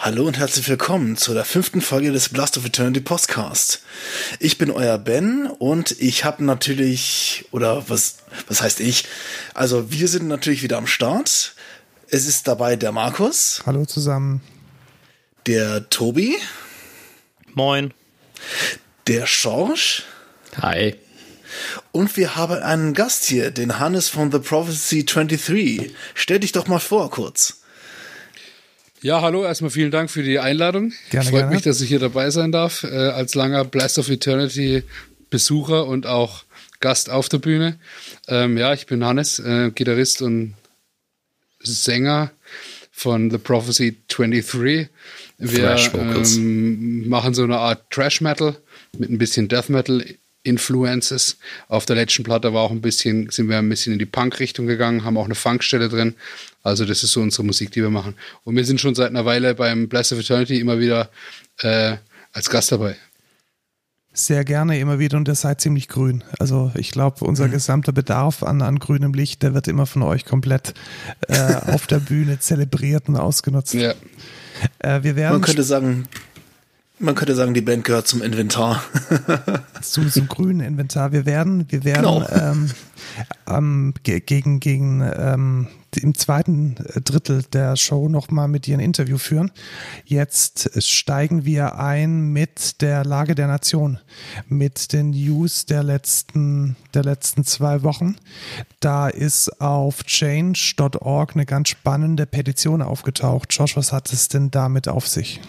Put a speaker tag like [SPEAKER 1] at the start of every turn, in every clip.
[SPEAKER 1] Hallo und herzlich willkommen zu der 5. Folge des Blast of Eternity Podcast. Ich bin euer Ben und ich habe natürlich, oder was heißt ich? Also wir sind natürlich wieder am Start. Es ist dabei der Markus.
[SPEAKER 2] Hallo zusammen.
[SPEAKER 1] Der Tobi.
[SPEAKER 3] Moin.
[SPEAKER 1] Der Schorsch.
[SPEAKER 3] Hi.
[SPEAKER 1] Und wir haben einen Gast hier, den Hannes von The Prophecy 23. Stell dich doch mal vor, kurz.
[SPEAKER 4] Ja, hallo, erstmal vielen Dank für die Einladung. Freut mich, dass ich hier dabei sein darf, als langer Blast of Eternity Besucher und auch Gast auf der Bühne. Ja, ich bin Hannes, Gitarrist und Sänger von The Prophecy 23. Wir machen so eine Art Thrash Metal mit ein bisschen Death Metal Influences. Auf der letzten Platte sind wir ein bisschen in die Punk-Richtung gegangen, haben auch eine Funkstelle drin. Also das ist so unsere Musik, die wir machen. Und wir sind schon seit einer Weile beim Blast of Eternity immer wieder als Gast dabei.
[SPEAKER 2] Sehr gerne immer wieder und ihr seid ziemlich grün. Also ich glaube, unser gesamter Bedarf an grünem Licht, der wird immer von euch komplett auf der Bühne zelebriert und ausgenutzt.
[SPEAKER 4] Ja.
[SPEAKER 1] Man könnte sagen, die Band gehört zum Inventar.
[SPEAKER 2] Zum grünen Inventar. Wir werden
[SPEAKER 1] genau.
[SPEAKER 2] Im zweiten Drittel der Show nochmal mit dir ein Interview führen. Jetzt steigen wir ein mit der Lage der Nation, mit den News der letzten 2 Wochen. Da ist auf change.org eine ganz spannende Petition aufgetaucht. Josh, was hat es denn damit auf sich?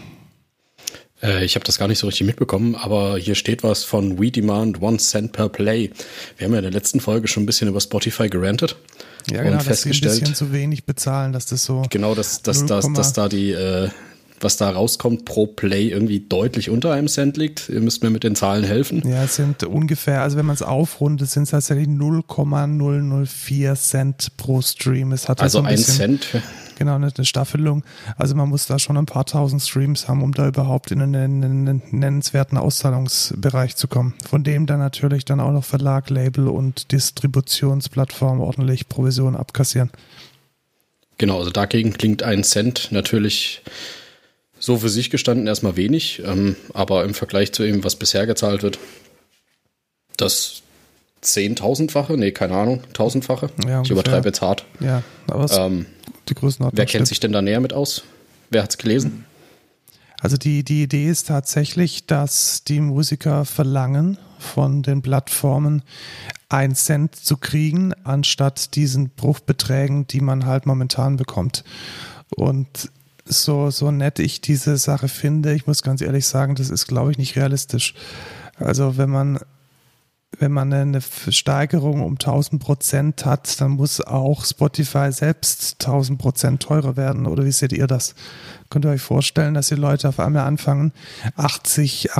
[SPEAKER 3] Ich habe das gar nicht so richtig mitbekommen, aber hier steht was von We Demand 1 Cent per Play. Wir haben ja in der letzten Folge schon ein bisschen über Spotify gerantet.
[SPEAKER 2] Ja, genau,
[SPEAKER 3] und festgestellt,
[SPEAKER 2] dass sie ein bisschen zu wenig bezahlen, dass das so...
[SPEAKER 3] Genau, dass da was da rauskommt pro Play irgendwie deutlich unter einem Cent liegt. Ihr müsst mir mit den Zahlen helfen.
[SPEAKER 2] Ja, es sind ungefähr, also wenn man es aufrundet, sind es tatsächlich 0,004 Cent pro Stream. Es hat
[SPEAKER 3] also
[SPEAKER 2] so ein bisschen,
[SPEAKER 3] Cent.
[SPEAKER 2] Genau, eine Staffelung. Also man muss da schon ein paar tausend Streams haben, um da überhaupt in einen nennenswerten Auszahlungsbereich zu kommen. Von dem dann natürlich dann auch noch Verlag, Label und Distributionsplattform ordentlich Provision abkassieren.
[SPEAKER 3] Genau, also dagegen klingt 1 Cent natürlich so für sich gestanden erstmal wenig, aber im Vergleich zu dem, was bisher gezahlt wird, das 10.000-fache? Nee, keine Ahnung, 1000-fache. Ja, ich übertreibe jetzt hart.
[SPEAKER 2] Ja, aber die Größenordnung.
[SPEAKER 3] Wer kennt sich denn da näher mit aus? Wer hat's gelesen?
[SPEAKER 2] Also die Idee ist tatsächlich, dass die Musiker verlangen von den Plattformen 1 Cent zu kriegen, anstatt diesen Bruchbeträgen, die man halt momentan bekommt. Und so nett ich diese Sache finde, ich muss ganz ehrlich sagen, das ist, glaube ich, nicht realistisch. Also wenn man eine Steigerung um 1000% hat, dann muss auch Spotify selbst 1000% teurer werden. Oder wie seht ihr das? Könnt ihr euch vorstellen, dass die Leute auf einmal anfangen, $80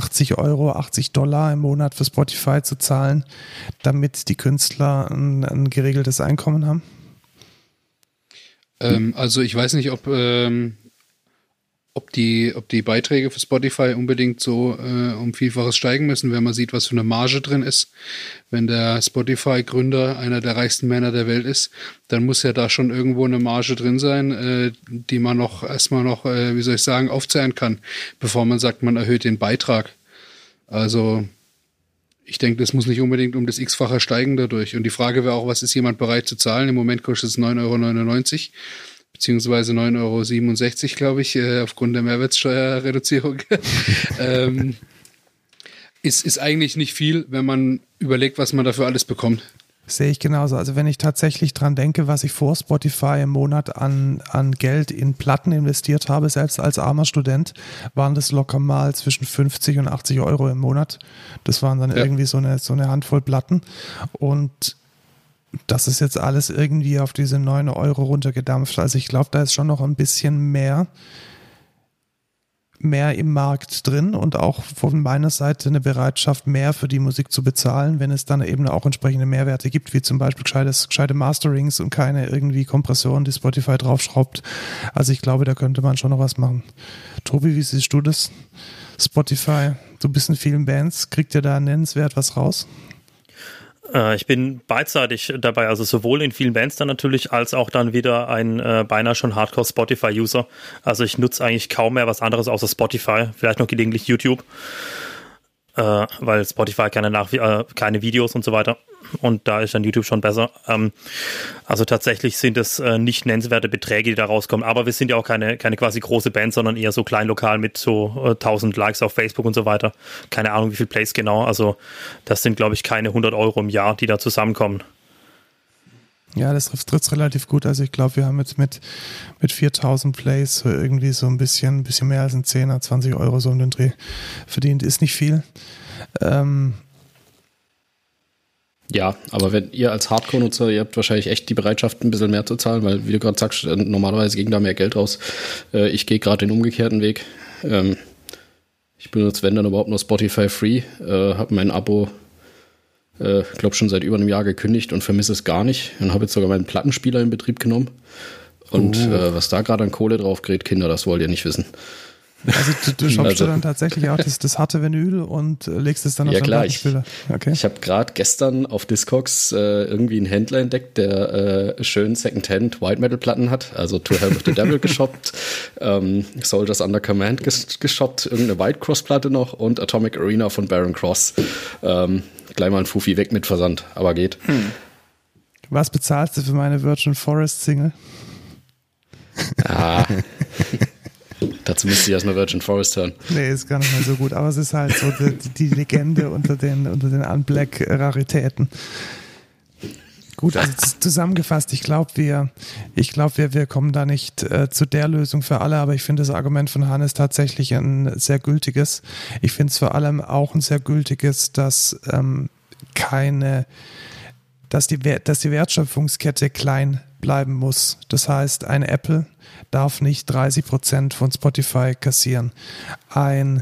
[SPEAKER 2] im Monat für Spotify zu zahlen, damit die Künstler ein geregeltes Einkommen haben?
[SPEAKER 4] Also ich weiß nicht, ob die Beiträge für Spotify unbedingt so um Vielfaches steigen müssen, wenn man sieht, was für eine Marge drin ist. Wenn der Spotify-Gründer einer der reichsten Männer der Welt ist, dann muss ja da schon irgendwo eine Marge drin sein, die man erstmal noch, aufzeigen kann, bevor man sagt, man erhöht den Beitrag. Also ich denke, das muss nicht unbedingt um das X-fache steigen dadurch. Und die Frage wäre auch, was ist jemand bereit zu zahlen? Im Moment kostet es 9,99 €. Beziehungsweise 9,67 €, glaube ich, aufgrund der Mehrwertsteuerreduzierung. Ist eigentlich nicht viel, wenn man überlegt, was man dafür alles bekommt.
[SPEAKER 2] Sehe ich genauso. Also wenn ich tatsächlich dran denke, was ich vor Spotify im Monat an Geld in Platten investiert habe, selbst als armer Student, waren das locker mal zwischen 50 und 80 € im Monat. Das waren dann irgendwie so eine Handvoll Platten. Und das ist jetzt alles irgendwie auf diese 9 € runtergedampft. Also ich glaube, da ist schon noch ein bisschen mehr im Markt drin und auch von meiner Seite eine Bereitschaft, mehr für die Musik zu bezahlen, wenn es dann eben auch entsprechende Mehrwerte gibt, wie zum Beispiel gescheite Masterings und keine irgendwie Kompressoren, die Spotify draufschraubt. Also ich glaube, da könnte man schon noch was machen. Tobi, wie siehst du das? Spotify, du bist in vielen Bands, kriegt ihr da nennenswert was raus?
[SPEAKER 5] Ich bin beidseitig dabei, also sowohl in vielen Bands dann natürlich, als auch dann wieder ein beinahe schon Hardcore-Spotify-User. Also ich nutze eigentlich kaum mehr was anderes außer Spotify, vielleicht noch gelegentlich YouTube, weil Spotify keine Videos und so weiter. Und da ist dann YouTube schon besser. Also tatsächlich sind es nicht nennenswerte Beträge, die da rauskommen. Aber wir sind ja auch keine quasi große Band, sondern eher so klein lokal mit so 1000 Likes auf Facebook und so weiter. Keine Ahnung, wie viel Plays genau. Also das sind, glaube ich, keine 100 Euro im Jahr, die da zusammenkommen.
[SPEAKER 2] Ja, das trifft relativ gut. Also ich glaube, wir haben jetzt mit 4000 Plays so irgendwie so ein bisschen mehr als ein 10er, 20 Euro so um den Dreh verdient. Ist nicht viel.
[SPEAKER 3] Ja, aber wenn ihr als Hardcore-Nutzer, ihr habt wahrscheinlich echt die Bereitschaft, ein bisschen mehr zu zahlen, weil, wie du gerade sagst, normalerweise ging da mehr Geld raus. Ich gehe gerade den umgekehrten Weg. Ich benutze, wenn dann überhaupt nur Spotify Free, habe mein Abo, glaube schon seit über einem Jahr gekündigt und vermisse es gar nicht. Und habe jetzt sogar meinen Plattenspieler in Betrieb genommen. Und was da gerade an Kohle drauf gerät, Kinder, das wollt ihr nicht wissen.
[SPEAKER 2] Also du shoppst dann tatsächlich auch das harte Vinyl und legst es dann auf den Plattenspieler. Okay.
[SPEAKER 3] Ich habe gerade gestern auf Discogs irgendwie einen Händler entdeckt, der schön Secondhand White Metal Platten hat. Also To Hell with the Devil geshoppt, Soldiers Under Command geshoppt, irgendeine White Cross Platte noch und Atomic Arena von Baron Cross. Gleich mal ein Fufi weg mit Versand, aber geht.
[SPEAKER 2] Was bezahlst du für meine Virgin Forest Single?
[SPEAKER 3] Ah. Dazu müsste ich erst mal Virgin Forest hören.
[SPEAKER 2] Nee, ist gar nicht mal so gut, aber es ist halt so die Legende unter den Unblack-Raritäten. Gut, also zusammengefasst, ich glaube, wir kommen da nicht zu der Lösung für alle, aber ich finde das Argument von Hannes tatsächlich ein sehr gültiges. Ich finde es vor allem auch ein sehr gültiges, dass die Wertschöpfungskette klein bleiben muss. Das heißt, ein Apple darf nicht 30% von Spotify kassieren. Ein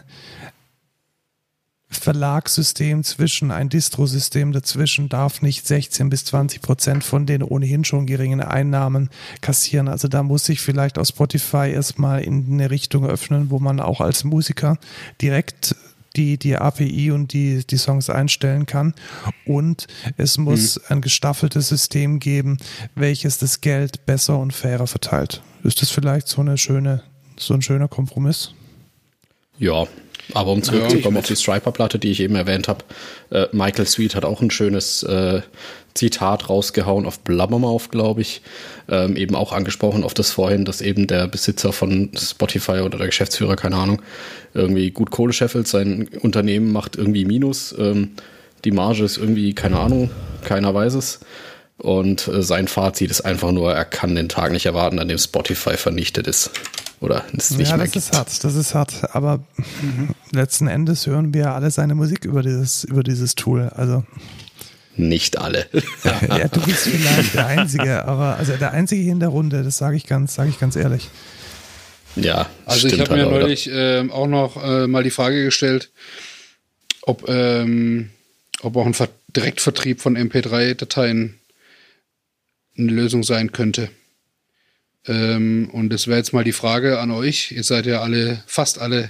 [SPEAKER 2] Verlagssystem ein Distrosystem dazwischen darf nicht 16-20% von den ohnehin schon geringen Einnahmen kassieren. Also da muss sich vielleicht auch Spotify erstmal in eine Richtung öffnen, wo man auch als Musiker direkt die API und die Songs einstellen kann. Und es muss ein gestaffeltes System geben, welches das Geld besser und fairer verteilt. Ist das vielleicht so ein schöner Kompromiss?
[SPEAKER 3] Ja, aber um zurückzukommen auf die Striper-Platte, die ich eben erwähnt habe, Michael Sweet hat auch ein schönes Zitat rausgehauen auf Blabbermouth, glaube ich, eben auch angesprochen auf das vorhin, dass eben der Besitzer von Spotify oder der Geschäftsführer, keine Ahnung, irgendwie gut Kohle scheffelt, sein Unternehmen macht irgendwie Minus, die Marge ist irgendwie, keine Ahnung, keiner weiß es. Und sein Fazit ist einfach nur, er kann den Tag nicht erwarten, an dem Spotify vernichtet ist. Oder es nicht mehr gibt.
[SPEAKER 2] Das ist hart. Aber letzten Endes hören wir alle seine Musik über dieses Tool. Also
[SPEAKER 3] nicht alle.
[SPEAKER 2] Ja, du bist vielleicht der Einzige, aber also der Einzige hier in der Runde, das sage ich ganz ehrlich.
[SPEAKER 3] Ja,
[SPEAKER 4] also ich habe mir neulich auch noch mal die Frage gestellt, ob auch ein Direktvertrieb von MP3-Dateien eine Lösung sein könnte. Und das wäre jetzt mal die Frage an euch. Ihr seid ja fast alle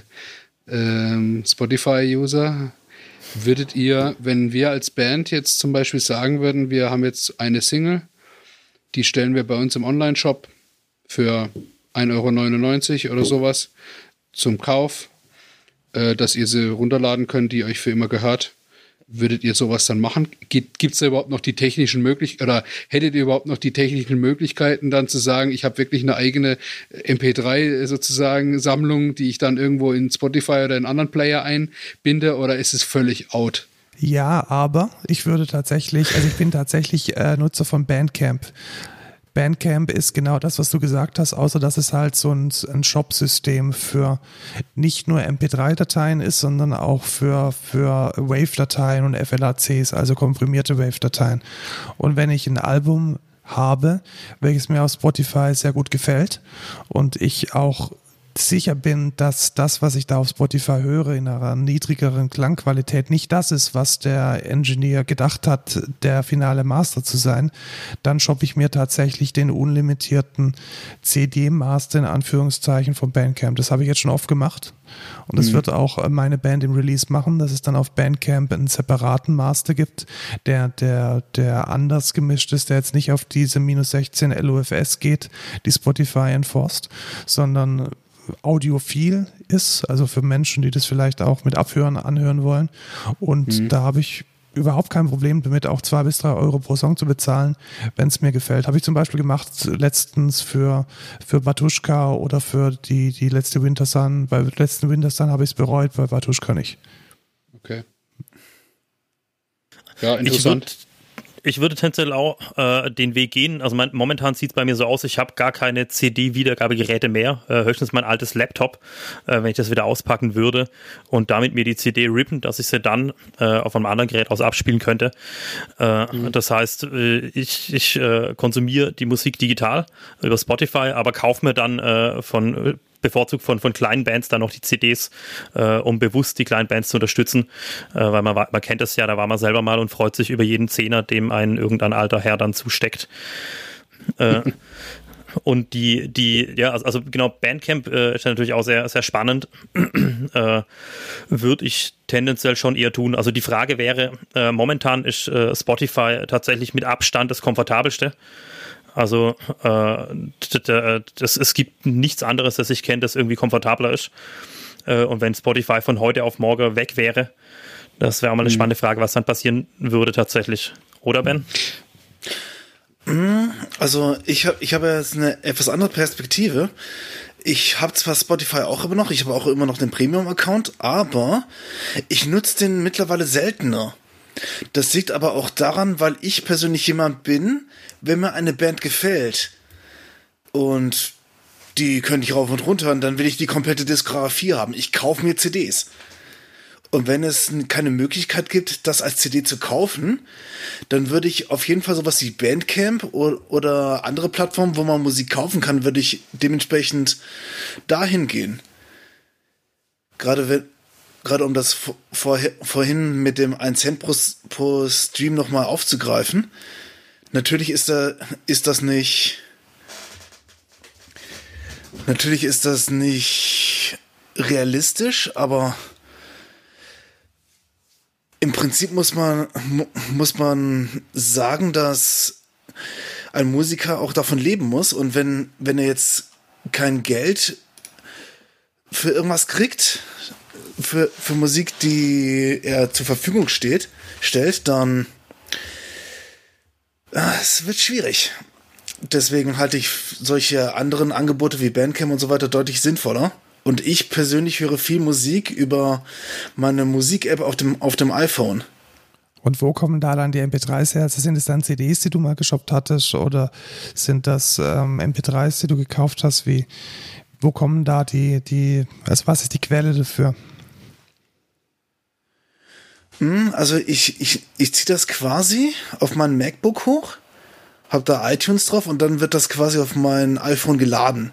[SPEAKER 4] Spotify-User. Würdet ihr, wenn wir als Band jetzt zum Beispiel sagen würden, wir haben jetzt eine Single, die stellen wir bei uns im Online-Shop für 1,99 € oder sowas zum Kauf, dass ihr sie runterladen könnt, die euch für immer gehört. Würdet ihr sowas dann machen? Gibt es da überhaupt noch die technischen Möglichkeiten oder hättet ihr überhaupt noch die technischen Möglichkeiten dann zu sagen, ich habe wirklich eine eigene MP3 sozusagen Sammlung, die ich dann irgendwo in Spotify oder in anderen Player einbinde, oder ist es völlig out?
[SPEAKER 2] Ja, aber ich bin tatsächlich Nutzer von Bandcamp. Bandcamp ist genau das, was du gesagt hast, außer dass es halt so ein Shop-System für nicht nur MP3-Dateien ist, sondern auch für Wave-Dateien und FLACs, also komprimierte Wave-Dateien. Und wenn ich ein Album habe, welches mir auf Spotify sehr gut gefällt und ich auch sicher bin, dass das, was ich da auf Spotify höre, in einer niedrigeren Klangqualität nicht das ist, was der Engineer gedacht hat, der finale Master zu sein, dann shoppe ich mir tatsächlich den unlimitierten CD-Master in Anführungszeichen vom Bandcamp. Das habe ich jetzt schon oft gemacht und das wird auch meine Band im Release machen, dass es dann auf Bandcamp einen separaten Master gibt, der anders gemischt ist, der jetzt nicht auf diese -16 LUFS geht, die Spotify enforced, sondern audiophil ist, also für Menschen, die das vielleicht auch mit Abhören anhören wollen. Und da habe ich überhaupt kein Problem damit, auch 2 bis 3 Euro pro Song zu bezahlen, wenn es mir gefällt. Habe ich zum Beispiel gemacht letztens für Batuschka oder für die letzte Winter Sun. Bei letzten Winter Sun habe ich es bereut, bei Batuschka nicht.
[SPEAKER 4] Okay. Ja, interessant.
[SPEAKER 5] Ich würde tendenziell auch den Weg gehen. Also momentan sieht es bei mir so aus, ich habe gar keine CD-Wiedergabegeräte mehr. Höchstens mein altes Laptop, wenn ich das wieder auspacken würde und damit mir die CD rippen, dass ich sie dann auf einem anderen Gerät aus abspielen könnte. Das heißt, ich konsumiere die Musik digital über Spotify, aber kaufe mir dann bevorzugt von kleinen Bands dann noch die CDs, um bewusst die kleinen Bands zu unterstützen, weil man kennt das ja, da war man selber mal und freut sich über jeden Zehner, dem einen irgendein alter Herr dann zusteckt. Und also genau, Bandcamp ist natürlich auch sehr, sehr spannend. Würde ich tendenziell schon eher tun. Also die Frage wäre, momentan ist Spotify tatsächlich mit Abstand das komfortabelste. Also es gibt nichts anderes, das ich kenne, das irgendwie komfortabler ist. Und wenn Spotify von heute auf morgen weg wäre, das wäre auch mal eine spannende Frage, was dann passieren würde tatsächlich. Oder Ben?
[SPEAKER 1] Also ich habe jetzt eine etwas andere Perspektive. Ich habe zwar Spotify auch immer noch, ich habe auch immer noch den Premium-Account, aber ich nutze den mittlerweile seltener. Das liegt aber auch daran, weil ich persönlich jemand bin, wenn mir eine Band gefällt und die könnte ich rauf und runter hören, dann will ich die komplette Diskografie haben. Ich kaufe mir CDs. Und wenn es keine Möglichkeit gibt, das als CD zu kaufen, dann würde ich auf jeden Fall sowas wie Bandcamp oder andere Plattformen, wo man Musik kaufen kann, würde ich dementsprechend dahin gehen. Gerade um das vorhin mit dem 1 Cent pro Stream nochmal aufzugreifen. Natürlich ist das nicht realistisch, aber im Prinzip muss man sagen, dass ein Musiker auch davon leben muss, und wenn er jetzt kein Geld für irgendwas kriegt, für Musik, die er zur Verfügung stellt, dann es wird schwierig. Deswegen halte ich solche anderen Angebote wie Bandcamp und so weiter deutlich sinnvoller. Und ich persönlich höre viel Musik über meine Musik-App auf dem iPhone.
[SPEAKER 2] Und wo kommen da dann die MP3s her? Also sind es dann CDs, die du mal geshoppt hattest, oder sind das MP3s, die du gekauft hast? Wo kommen da also was ist die Quelle dafür?
[SPEAKER 1] Also ich ziehe das quasi auf mein MacBook hoch, habe da iTunes drauf und dann wird das quasi auf mein iPhone geladen.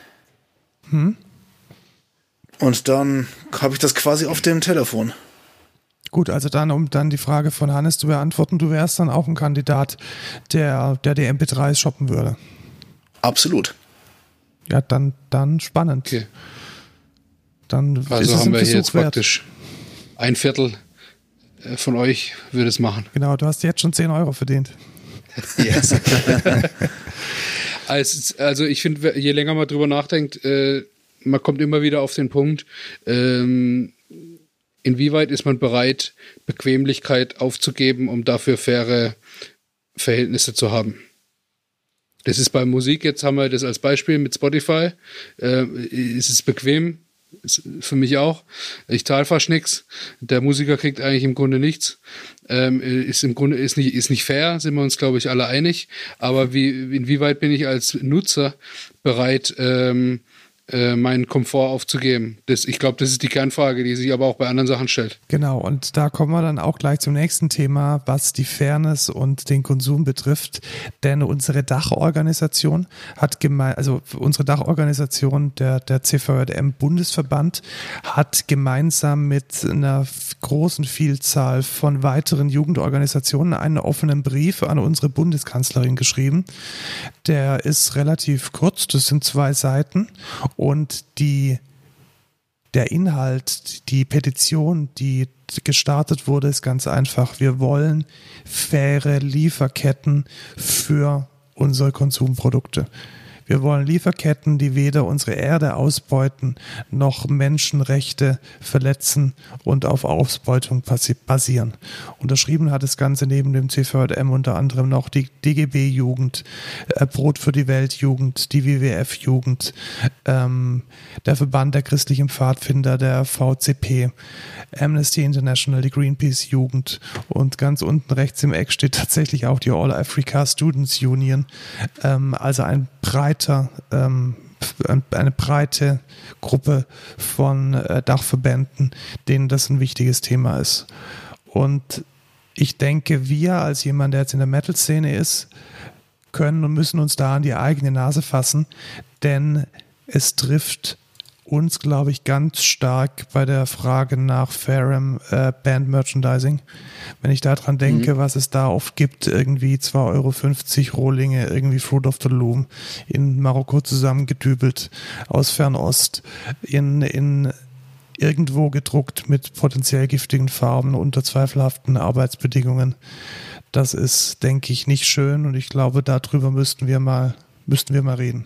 [SPEAKER 1] Und dann habe ich das quasi auf dem Telefon.
[SPEAKER 2] Gut, also dann, um dann die Frage von Hannes zu beantworten, du wärst dann auch ein Kandidat, der die MP3s shoppen würde.
[SPEAKER 1] Absolut.
[SPEAKER 2] Ja, dann spannend.
[SPEAKER 4] Okay.
[SPEAKER 2] Dann
[SPEAKER 4] also
[SPEAKER 2] ist es
[SPEAKER 4] haben wir
[SPEAKER 2] ein
[SPEAKER 4] hier jetzt
[SPEAKER 2] Versuch wert.
[SPEAKER 4] praktisch 1/4 von euch würde es machen.
[SPEAKER 2] Genau, du hast jetzt schon 10 Euro verdient.
[SPEAKER 1] Yes.
[SPEAKER 4] Also ich finde, je länger man drüber nachdenkt, man kommt immer wieder auf den Punkt, inwieweit ist man bereit, Bequemlichkeit aufzugeben, um dafür faire Verhältnisse zu haben. Das ist bei Musik, jetzt haben wir das als Beispiel mit Spotify. Es ist bequem, ist für mich auch. Ich zahle fast nichts. Der Musiker kriegt eigentlich im Grunde nichts. Ist nicht fair, sind wir uns, glaube ich, alle einig. Aber inwieweit bin ich als Nutzer bereit, meinen Komfort aufzugeben? Ich glaube, das ist die Kernfrage, die sich aber auch bei anderen Sachen stellt.
[SPEAKER 2] Genau, und da kommen wir dann auch gleich zum nächsten Thema, was die Fairness und den Konsum betrifft. Denn unsere Dachorganisation der CVJM-Bundesverband, hat gemeinsam mit einer großen Vielzahl von weiteren Jugendorganisationen einen offenen Brief an unsere Bundeskanzlerin geschrieben. Der ist relativ kurz, das sind 2 Seiten. Und der Inhalt, die Petition, die gestartet wurde, ist ganz einfach. Wir wollen faire Lieferketten für unsere Konsumprodukte. Wir wollen Lieferketten, die weder unsere Erde ausbeuten, noch Menschenrechte verletzen und auf Ausbeutung basieren. Unterschrieben hat das Ganze neben dem CVJM unter anderem noch die DGB-Jugend, Brot für die Welt-Jugend, die WWF-Jugend, der Verband der christlichen Pfadfinder, der VCP, Amnesty International, die Greenpeace-Jugend und ganz unten rechts im Eck steht tatsächlich auch die All Africa Students Union, also eine breite Gruppe von Dachverbänden, denen das ein wichtiges Thema ist. Und ich denke, wir als jemand, der jetzt in der Metal-Szene ist, können und müssen uns da an die eigene Nase fassen, denn es trifft uns, glaube ich, ganz stark bei der Frage nach fairem Band-Merchandising. Wenn ich daran denke, was es da oft gibt, irgendwie 2,50 € Rohlinge, irgendwie Fruit of the Loom, in Marokko zusammengedübelt, aus Fernost, in irgendwo gedruckt mit potenziell giftigen Farben unter zweifelhaften Arbeitsbedingungen. Das ist, denke ich, nicht schön und ich glaube, darüber müssten wir mal reden.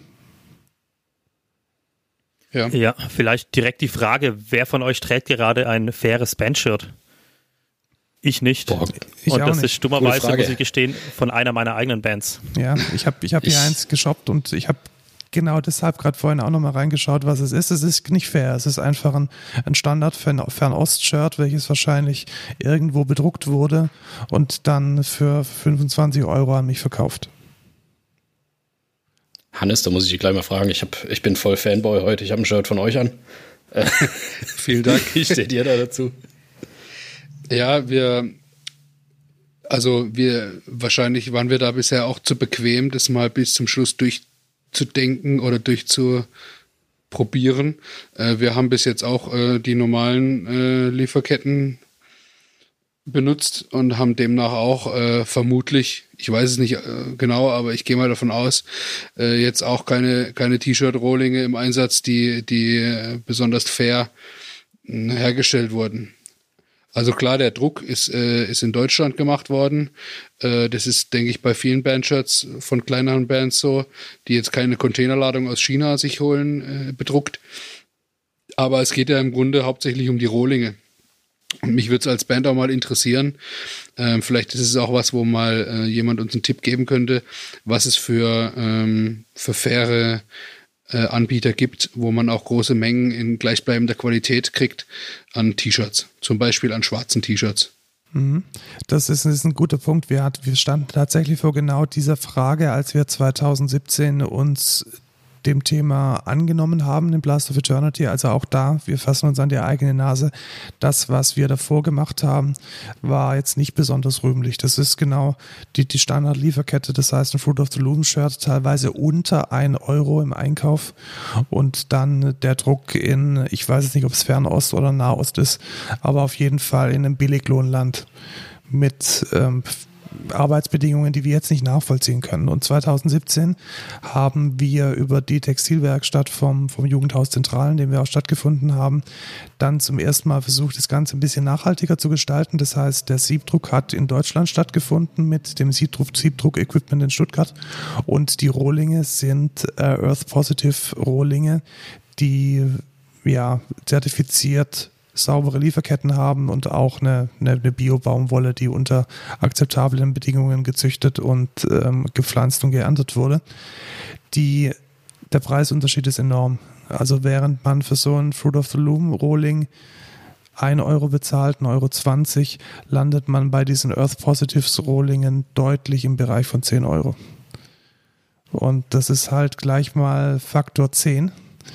[SPEAKER 5] Ja, vielleicht direkt die Frage, wer von euch trägt gerade ein faires Bandshirt? Ich nicht.
[SPEAKER 2] Boah, ich
[SPEAKER 5] und
[SPEAKER 2] auch
[SPEAKER 5] das
[SPEAKER 2] nicht.
[SPEAKER 5] ist stummerweise, muss ich gestehen, von einer meiner eigenen Bands.
[SPEAKER 2] Ja, ich hab hier eins geshoppt und ich habe genau deshalb gerade vorhin auch nochmal reingeschaut, was es ist. Es ist nicht fair. Es ist einfach ein Standard-Fernost-Shirt, welches wahrscheinlich irgendwo bedruckt wurde und dann für 25 € an mich verkauft.
[SPEAKER 3] Hannes, da muss ich dich gleich mal fragen. Ich bin voll Fanboy heute. Ich habe ein Shirt von euch an.
[SPEAKER 4] Vielen Dank.
[SPEAKER 3] Wie steht ihr da dazu?
[SPEAKER 4] Ja, wahrscheinlich waren wir da bisher auch zu bequem, das mal bis zum Schluss durchzudenken oder durchzuprobieren. Wir haben bis jetzt auch die normalen Lieferketten benutzt und haben demnach auch vermutlich, ich weiß es nicht genau, aber ich gehe mal davon aus, jetzt auch keine T-Shirt-Rohlinge im Einsatz, die besonders fair hergestellt wurden. Also klar, der Druck ist in Deutschland gemacht worden. Das ist, denke ich, bei vielen Bandshirts von kleineren Bands so, die jetzt keine Containerladung aus China sich holen, bedruckt. Aber es geht ja im Grunde hauptsächlich um die Rohlinge. Und mich würde es als Band auch mal interessieren, vielleicht ist es auch was, wo mal jemand uns einen Tipp geben könnte, was es für faire Anbieter gibt, wo man auch große Mengen in gleichbleibender Qualität kriegt an T-Shirts, zum Beispiel an schwarzen T-Shirts.
[SPEAKER 2] Das ist ein guter Punkt. Wir standen tatsächlich vor genau dieser Frage, als wir 2017 uns dem Thema angenommen haben, den Blast of Eternity. Also auch da, wir fassen uns an die eigene Nase. Das, was wir davor gemacht haben, war jetzt nicht besonders rühmlich. Das ist genau die Standard-Lieferkette. Das heißt, ein Fruit of the Loom Shirt teilweise unter 1 € im Einkauf und dann der Druck in, ich weiß jetzt nicht, ob es Fernost oder Nahost ist, aber auf jeden Fall in einem Billiglohnland mit Arbeitsbedingungen, die wir jetzt nicht nachvollziehen können. Und 2017 haben wir über die Textilwerkstatt vom Jugendhaus Zentralen, in dem wir auch stattgefunden haben, dann zum ersten Mal versucht, das Ganze ein bisschen nachhaltiger zu gestalten. Das heißt, der Siebdruck hat in Deutschland stattgefunden mit dem Siebdruck-Equipment in Stuttgart und die Rohlinge sind Earth Positive Rohlinge, die zertifiziert saubere Lieferketten haben und auch eine Bio-Baumwolle, die unter akzeptablen Bedingungen gezüchtet und gepflanzt und geerntet wurde. Der Preisunterschied ist enorm. Also während man für so ein Fruit of the Loom Rohling 1 € bezahlt, 1,20 €, landet man bei diesen Earth Positives Rohlingen deutlich im Bereich von 10 €. Und das ist halt gleich mal Faktor 10.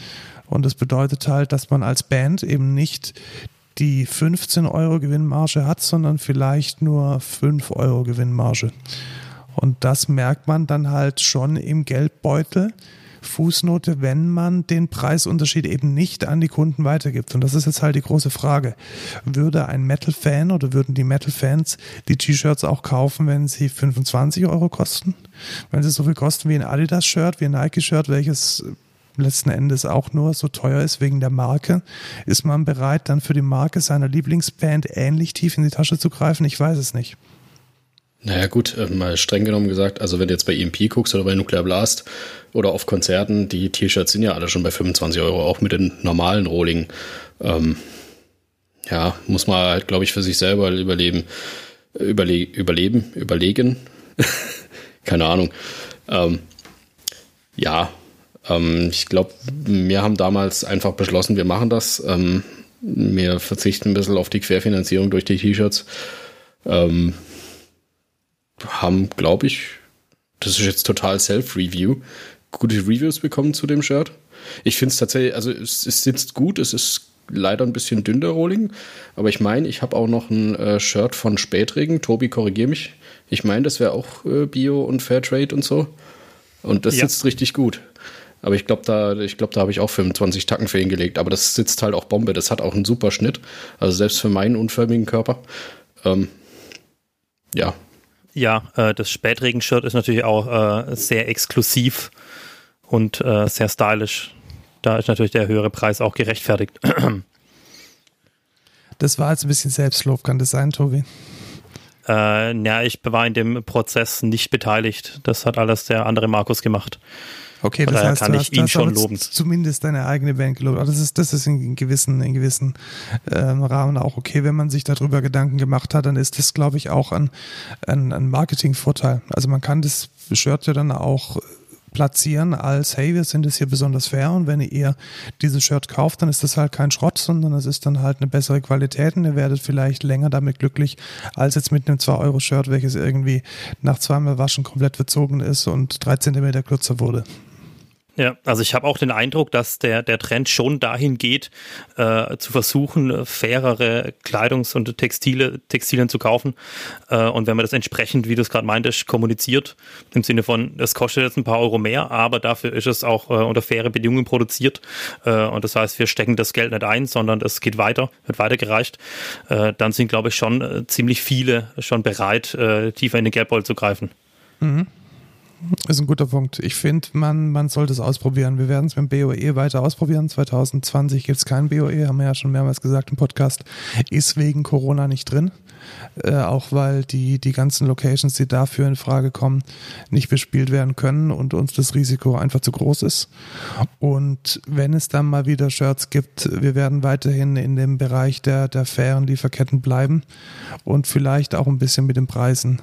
[SPEAKER 2] Und das bedeutet halt, dass man als Band eben nicht die 15 Euro Gewinnmarge hat, sondern vielleicht nur 5 Euro Gewinnmarge. Und das merkt man dann halt schon im Geldbeutel. Fußnote, wenn man den Preisunterschied eben nicht an die Kunden weitergibt. Und das ist jetzt halt die große Frage. Würde ein Metal-Fan oder würden die Metal-Fans die T-Shirts auch kaufen, wenn sie 25 Euro kosten? Wenn sie so viel kosten wie ein Adidas-Shirt, wie ein Nike-Shirt, welches letzten Endes auch nur so teuer ist wegen der Marke, ist man bereit, dann für die Marke seiner Lieblingsband ähnlich tief in die Tasche zu greifen? Ich weiß es nicht.
[SPEAKER 3] Naja gut, mal streng genommen gesagt, also wenn du jetzt bei EMP guckst oder bei Nuclear Blast oder auf Konzerten, die T-Shirts sind ja alle schon bei 25 Euro, auch mit den normalen Rohlingen. Ja, muss man halt, glaube ich, für sich selber überlegen. Keine Ahnung. Ich glaube, wir haben damals einfach beschlossen, wir machen das. Wir verzichten ein bisschen auf die Querfinanzierung durch die T-Shirts. Haben, glaube ich, das ist jetzt total Self-Review, gute Reviews bekommen zu dem Shirt. Ich finde es tatsächlich, also es sitzt gut, es ist leider ein bisschen dünn der Rohling, aber ich meine, ich habe auch noch ein Shirt von Spätregen, Tobi, korrigier mich, ich meine, das wäre auch Bio und Fairtrade und so und das sitzt richtig gut. Aber ich glaube, da habe ich auch 25 Tacken für ihn gelegt, aber das sitzt halt auch Bombe, das hat auch einen super Schnitt, also selbst für meinen unförmigen Körper.
[SPEAKER 5] Ja, das Spätregen-Shirt ist natürlich auch sehr exklusiv und sehr stylisch. Da ist natürlich der höhere Preis auch gerechtfertigt.
[SPEAKER 2] Das war jetzt ein bisschen Selbstlob, kann das sein, Tobi?
[SPEAKER 5] Ich war in dem Prozess nicht beteiligt. Das hat alles der andere Markus gemacht.
[SPEAKER 2] Okay, das heißt,
[SPEAKER 5] kann ich ihn schon loben.
[SPEAKER 2] Zumindest deine eigene Band gelobt. Aber das ist in gewissen Rahmen auch okay, wenn man sich darüber Gedanken gemacht hat, dann ist das, glaube ich, auch ein Marketingvorteil. Also man kann das Shirt ja dann auch platzieren als, hey, wir sind jetzt hier besonders fair und wenn ihr dieses Shirt kauft, dann ist das halt kein Schrott, sondern es ist dann halt eine bessere Qualität und ihr werdet vielleicht länger damit glücklich, als jetzt mit einem 2-Euro-Shirt, welches irgendwie nach zweimal Waschen komplett verzogen ist und 3 Zentimeter kürzer wurde.
[SPEAKER 5] Ja, also ich habe auch den Eindruck, dass der Trend schon dahin geht, zu versuchen, fairere Kleidungs- und Textilien zu kaufen. Und wenn man das entsprechend, wie du es gerade meintest, kommuniziert, im Sinne von, das kostet jetzt ein paar Euro mehr, aber dafür ist es auch unter faire Bedingungen produziert. Und das heißt, wir stecken das Geld nicht ein, sondern es geht weiter, wird weitergereicht. Dann sind, glaube ich, schon ziemlich viele schon bereit, tiefer in den Geldbeutel zu greifen.
[SPEAKER 2] Mhm. Ist ein guter Punkt. Ich finde, man sollte es ausprobieren. Wir werden es mit dem BOE weiter ausprobieren. 2020 gibt es kein BOE, haben wir ja schon mehrmals gesagt im Podcast. Ist wegen Corona nicht drin. Auch weil die ganzen Locations, die dafür in Frage kommen, nicht bespielt werden können und uns das Risiko einfach zu groß ist. Und wenn es dann mal wieder Shirts gibt, wir werden weiterhin in dem Bereich der fairen Lieferketten bleiben und vielleicht auch ein bisschen mit den Preisen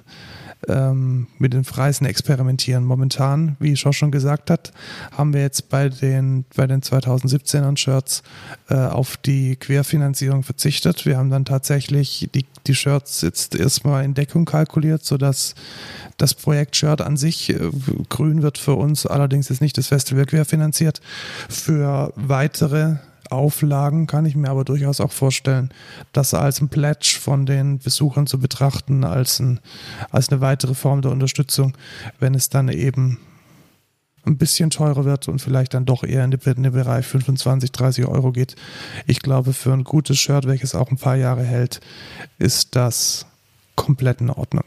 [SPEAKER 2] experimentieren. Momentan, wie Josh schon gesagt hat, haben wir jetzt bei den 2017er Shirts auf die Querfinanzierung verzichtet. Wir haben dann tatsächlich die Shirts jetzt erstmal in Deckung kalkuliert, sodass das Projekt Shirt an sich grün wird für uns, allerdings ist nicht das Festival querfinanziert. Für weitere Auflagen kann ich mir aber durchaus auch vorstellen, das als ein Pledge von den Besuchern zu betrachten, als eine weitere Form der Unterstützung, wenn es dann eben ein bisschen teurer wird und vielleicht dann doch eher in den Bereich 25, 30 Euro geht. Ich glaube, für ein gutes Shirt, welches auch ein paar Jahre hält, ist das komplett in Ordnung.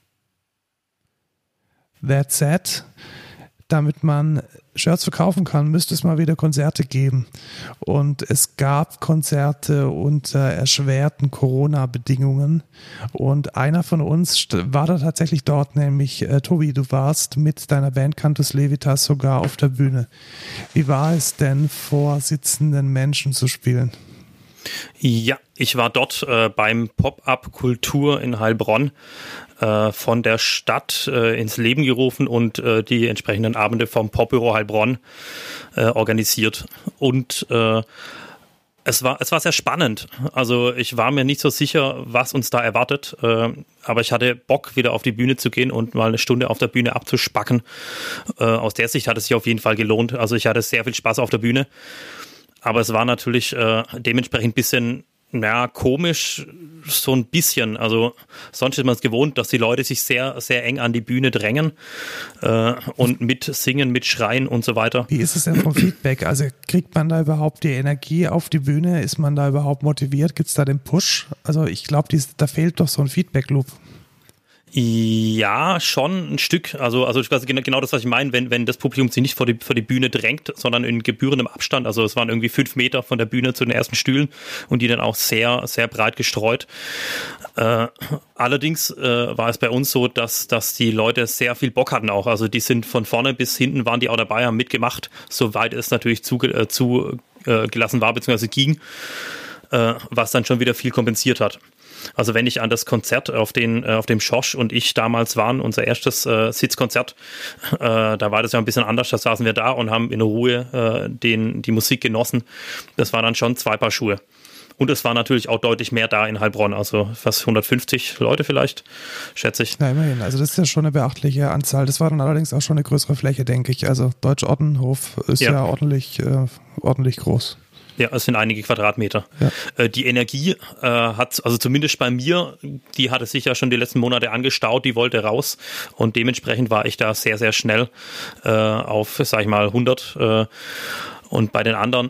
[SPEAKER 2] That said, damit man Shirts verkaufen kann, müsste es mal wieder Konzerte geben. Und es gab Konzerte unter erschwerten Corona-Bedingungen. Und einer von uns war da tatsächlich dort, nämlich Tobi, du warst mit deiner Band Cantus Levitas sogar auf der Bühne. Wie war es denn, vor sitzenden Menschen zu spielen?
[SPEAKER 5] Ja, ich war dort beim Pop-Up Kultur in Heilbronn von der Stadt ins Leben gerufen und die entsprechenden Abende vom Popbüro Heilbronn organisiert. Und es war sehr spannend. Also ich war mir nicht so sicher, was uns da erwartet, aber ich hatte Bock, wieder auf die Bühne zu gehen und mal eine Stunde auf der Bühne abzuspacken. Aus der Sicht hat es sich auf jeden Fall gelohnt. Also ich hatte sehr viel Spaß auf der Bühne. Aber es war natürlich dementsprechend ein bisschen komisch, so ein bisschen. Also sonst ist man es gewohnt, dass die Leute sich sehr, sehr eng an die Bühne drängen und mit singen, mit schreien und so weiter.
[SPEAKER 2] Wie ist es denn vom Feedback? Also kriegt man da überhaupt die Energie auf die Bühne? Ist man da überhaupt motiviert? Gibt es da den Push? Also ich glaube, da fehlt doch so ein Feedback-Loop.
[SPEAKER 5] Ja, schon ein Stück. Also genau das, was ich meine, wenn das Publikum sich nicht vor die Bühne drängt, sondern in gebührendem Abstand. Also es waren irgendwie 5 Meter von der Bühne zu den ersten Stühlen und die dann auch sehr, sehr breit gestreut. Allerdings war es bei uns so, dass die Leute sehr viel Bock hatten auch. Also die sind von vorne bis hinten waren die auch dabei, haben mitgemacht, soweit es natürlich zugelassen war bzw. ging, was dann schon wieder viel kompensiert hat. Also wenn ich an das Konzert auf dem Schorsch und ich damals waren, unser erstes Sitzkonzert, da war das ja ein bisschen anders, da saßen wir da und haben in Ruhe die Musik genossen. Das war dann schon 2 Paar Schuhe. Und es war natürlich auch deutlich mehr da in Heilbronn, also fast 150 Leute vielleicht, schätze ich.
[SPEAKER 2] Na immerhin, also das ist ja schon eine beachtliche Anzahl. Das war dann allerdings auch schon eine größere Fläche, denke ich. Also Deutsch-Ottenhof ist ja ordentlich groß.
[SPEAKER 5] Ja, es sind einige Quadratmeter. Ja. Die Energie hat, also zumindest bei mir, die hatte sich ja schon die letzten Monate angestaut, die wollte raus und dementsprechend war ich da sehr, sehr schnell auf, sag ich mal, 100 und bei den anderen,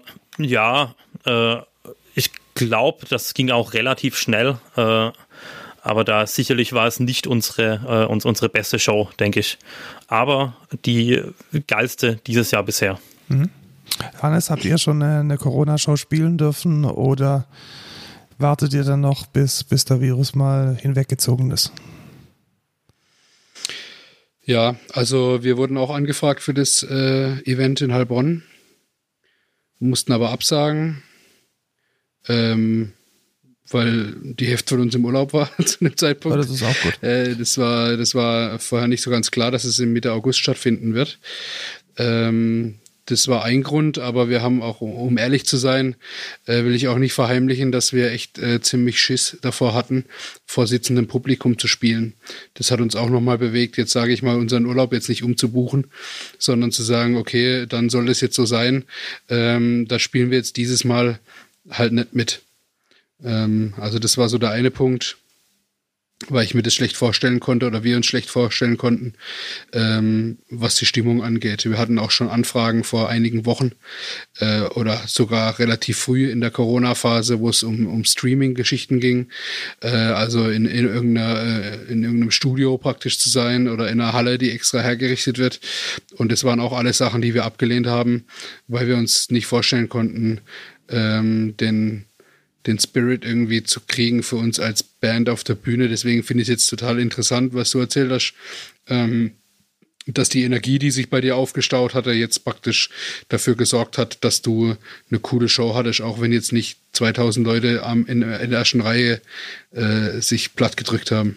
[SPEAKER 5] ich glaube, das ging auch relativ schnell, aber da sicherlich war es nicht unsere beste Show, denke ich, aber die geilste dieses Jahr bisher.
[SPEAKER 2] Mhm. Hannes, habt ihr schon eine Corona-Show spielen dürfen oder wartet ihr dann noch, bis der Virus mal hinweggezogen ist?
[SPEAKER 4] Ja, also wir wurden auch angefragt für das Event in Heilbronn, mussten aber absagen, weil die Hälfte von uns im Urlaub war zu dem Zeitpunkt.
[SPEAKER 2] Das ist auch gut.
[SPEAKER 4] Das war vorher nicht so ganz klar, dass es im Mitte August stattfinden wird. Das war ein Grund, aber wir haben auch, um ehrlich zu sein, will ich auch nicht verheimlichen, dass wir echt ziemlich Schiss davor hatten, vor sitzendem Publikum zu spielen. Das hat uns auch nochmal bewegt, jetzt sage ich mal, unseren Urlaub jetzt nicht umzubuchen, sondern zu sagen, okay, dann soll es jetzt so sein. Da spielen wir jetzt dieses Mal halt nicht mit. Also das war so der eine Punkt, weil ich mir das schlecht vorstellen konnte oder wir uns schlecht vorstellen konnten, was die Stimmung angeht. Wir hatten auch schon Anfragen vor einigen Wochen oder sogar relativ früh in der Corona-Phase, wo es um Streaming-Geschichten ging, also in irgendeinem Studio praktisch zu sein oder in einer Halle, die extra hergerichtet wird. Und das waren auch alles Sachen, die wir abgelehnt haben, weil wir uns nicht vorstellen konnten, den Spirit irgendwie zu kriegen für uns als Band auf der Bühne. Deswegen finde ich es jetzt total interessant, was du erzählt hast, dass die Energie, die sich bei dir aufgestaut hatte, jetzt praktisch dafür gesorgt hat, dass du eine coole Show hattest, auch wenn jetzt nicht 2000 Leute in der ersten Reihe sich platt gedrückt haben.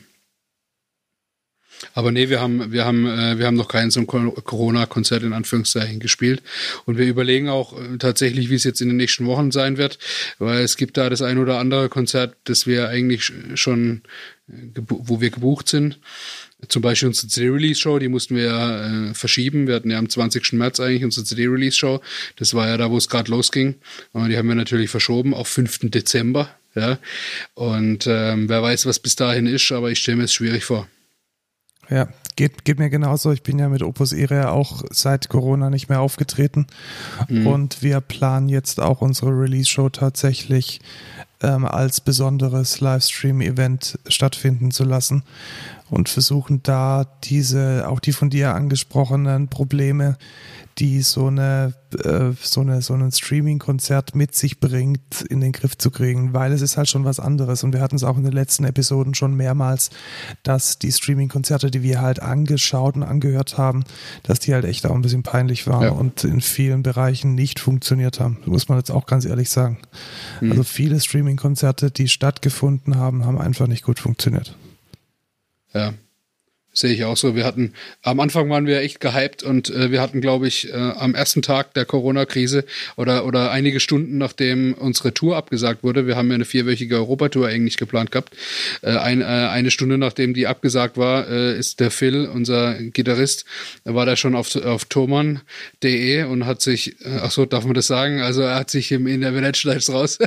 [SPEAKER 4] Aber nee, wir haben noch kein so ein Corona-Konzert in Anführungszeichen gespielt. Und wir überlegen auch tatsächlich, wie es jetzt in den nächsten Wochen sein wird, weil es gibt da das ein oder andere Konzert, das wir eigentlich schon, wo wir gebucht sind. Zum Beispiel unsere CD-Release-Show, die mussten wir verschieben. Wir hatten ja am 20. März eigentlich unsere CD-Release-Show. Das war ja da, wo es gerade losging. Und die haben wir natürlich verschoben auf 5. Dezember. Ja. Und wer weiß, was bis dahin ist, aber ich stelle mir es schwierig vor.
[SPEAKER 2] Ja, geht mir genauso. Ich bin ja mit Opus Iria auch seit Corona nicht mehr aufgetreten. Und wir planen jetzt auch unsere Release-Show tatsächlich als besonderes Livestream-Event stattfinden zu lassen und versuchen da auch die von dir angesprochenen Probleme, die so ein Streaming-Konzert mit sich bringt, in den Griff zu kriegen, weil es ist halt schon was anderes und wir hatten es auch in den letzten Episoden schon mehrmals, dass die Streaming-Konzerte, die wir halt angeschaut und angehört haben, dass die halt echt auch ein bisschen peinlich waren und in vielen Bereichen nicht funktioniert haben, muss man jetzt auch ganz ehrlich sagen. Also viele Streaming-Konzerte, die stattgefunden haben, haben einfach nicht gut funktioniert.
[SPEAKER 4] Ja. Sehe ich auch so. Am Anfang waren wir echt gehypt und wir hatten, glaube ich, am ersten Tag der Corona-Krise oder einige Stunden, nachdem unsere Tour abgesagt wurde, wir haben ja eine 4-wöchige Europatour eigentlich geplant gehabt, eine Stunde nachdem die abgesagt war, ist der Phil, unser Gitarrist, war da schon auf thomann.de und hat sich, ach so, darf man das sagen? Also er hat sich in der Village schneid's raus.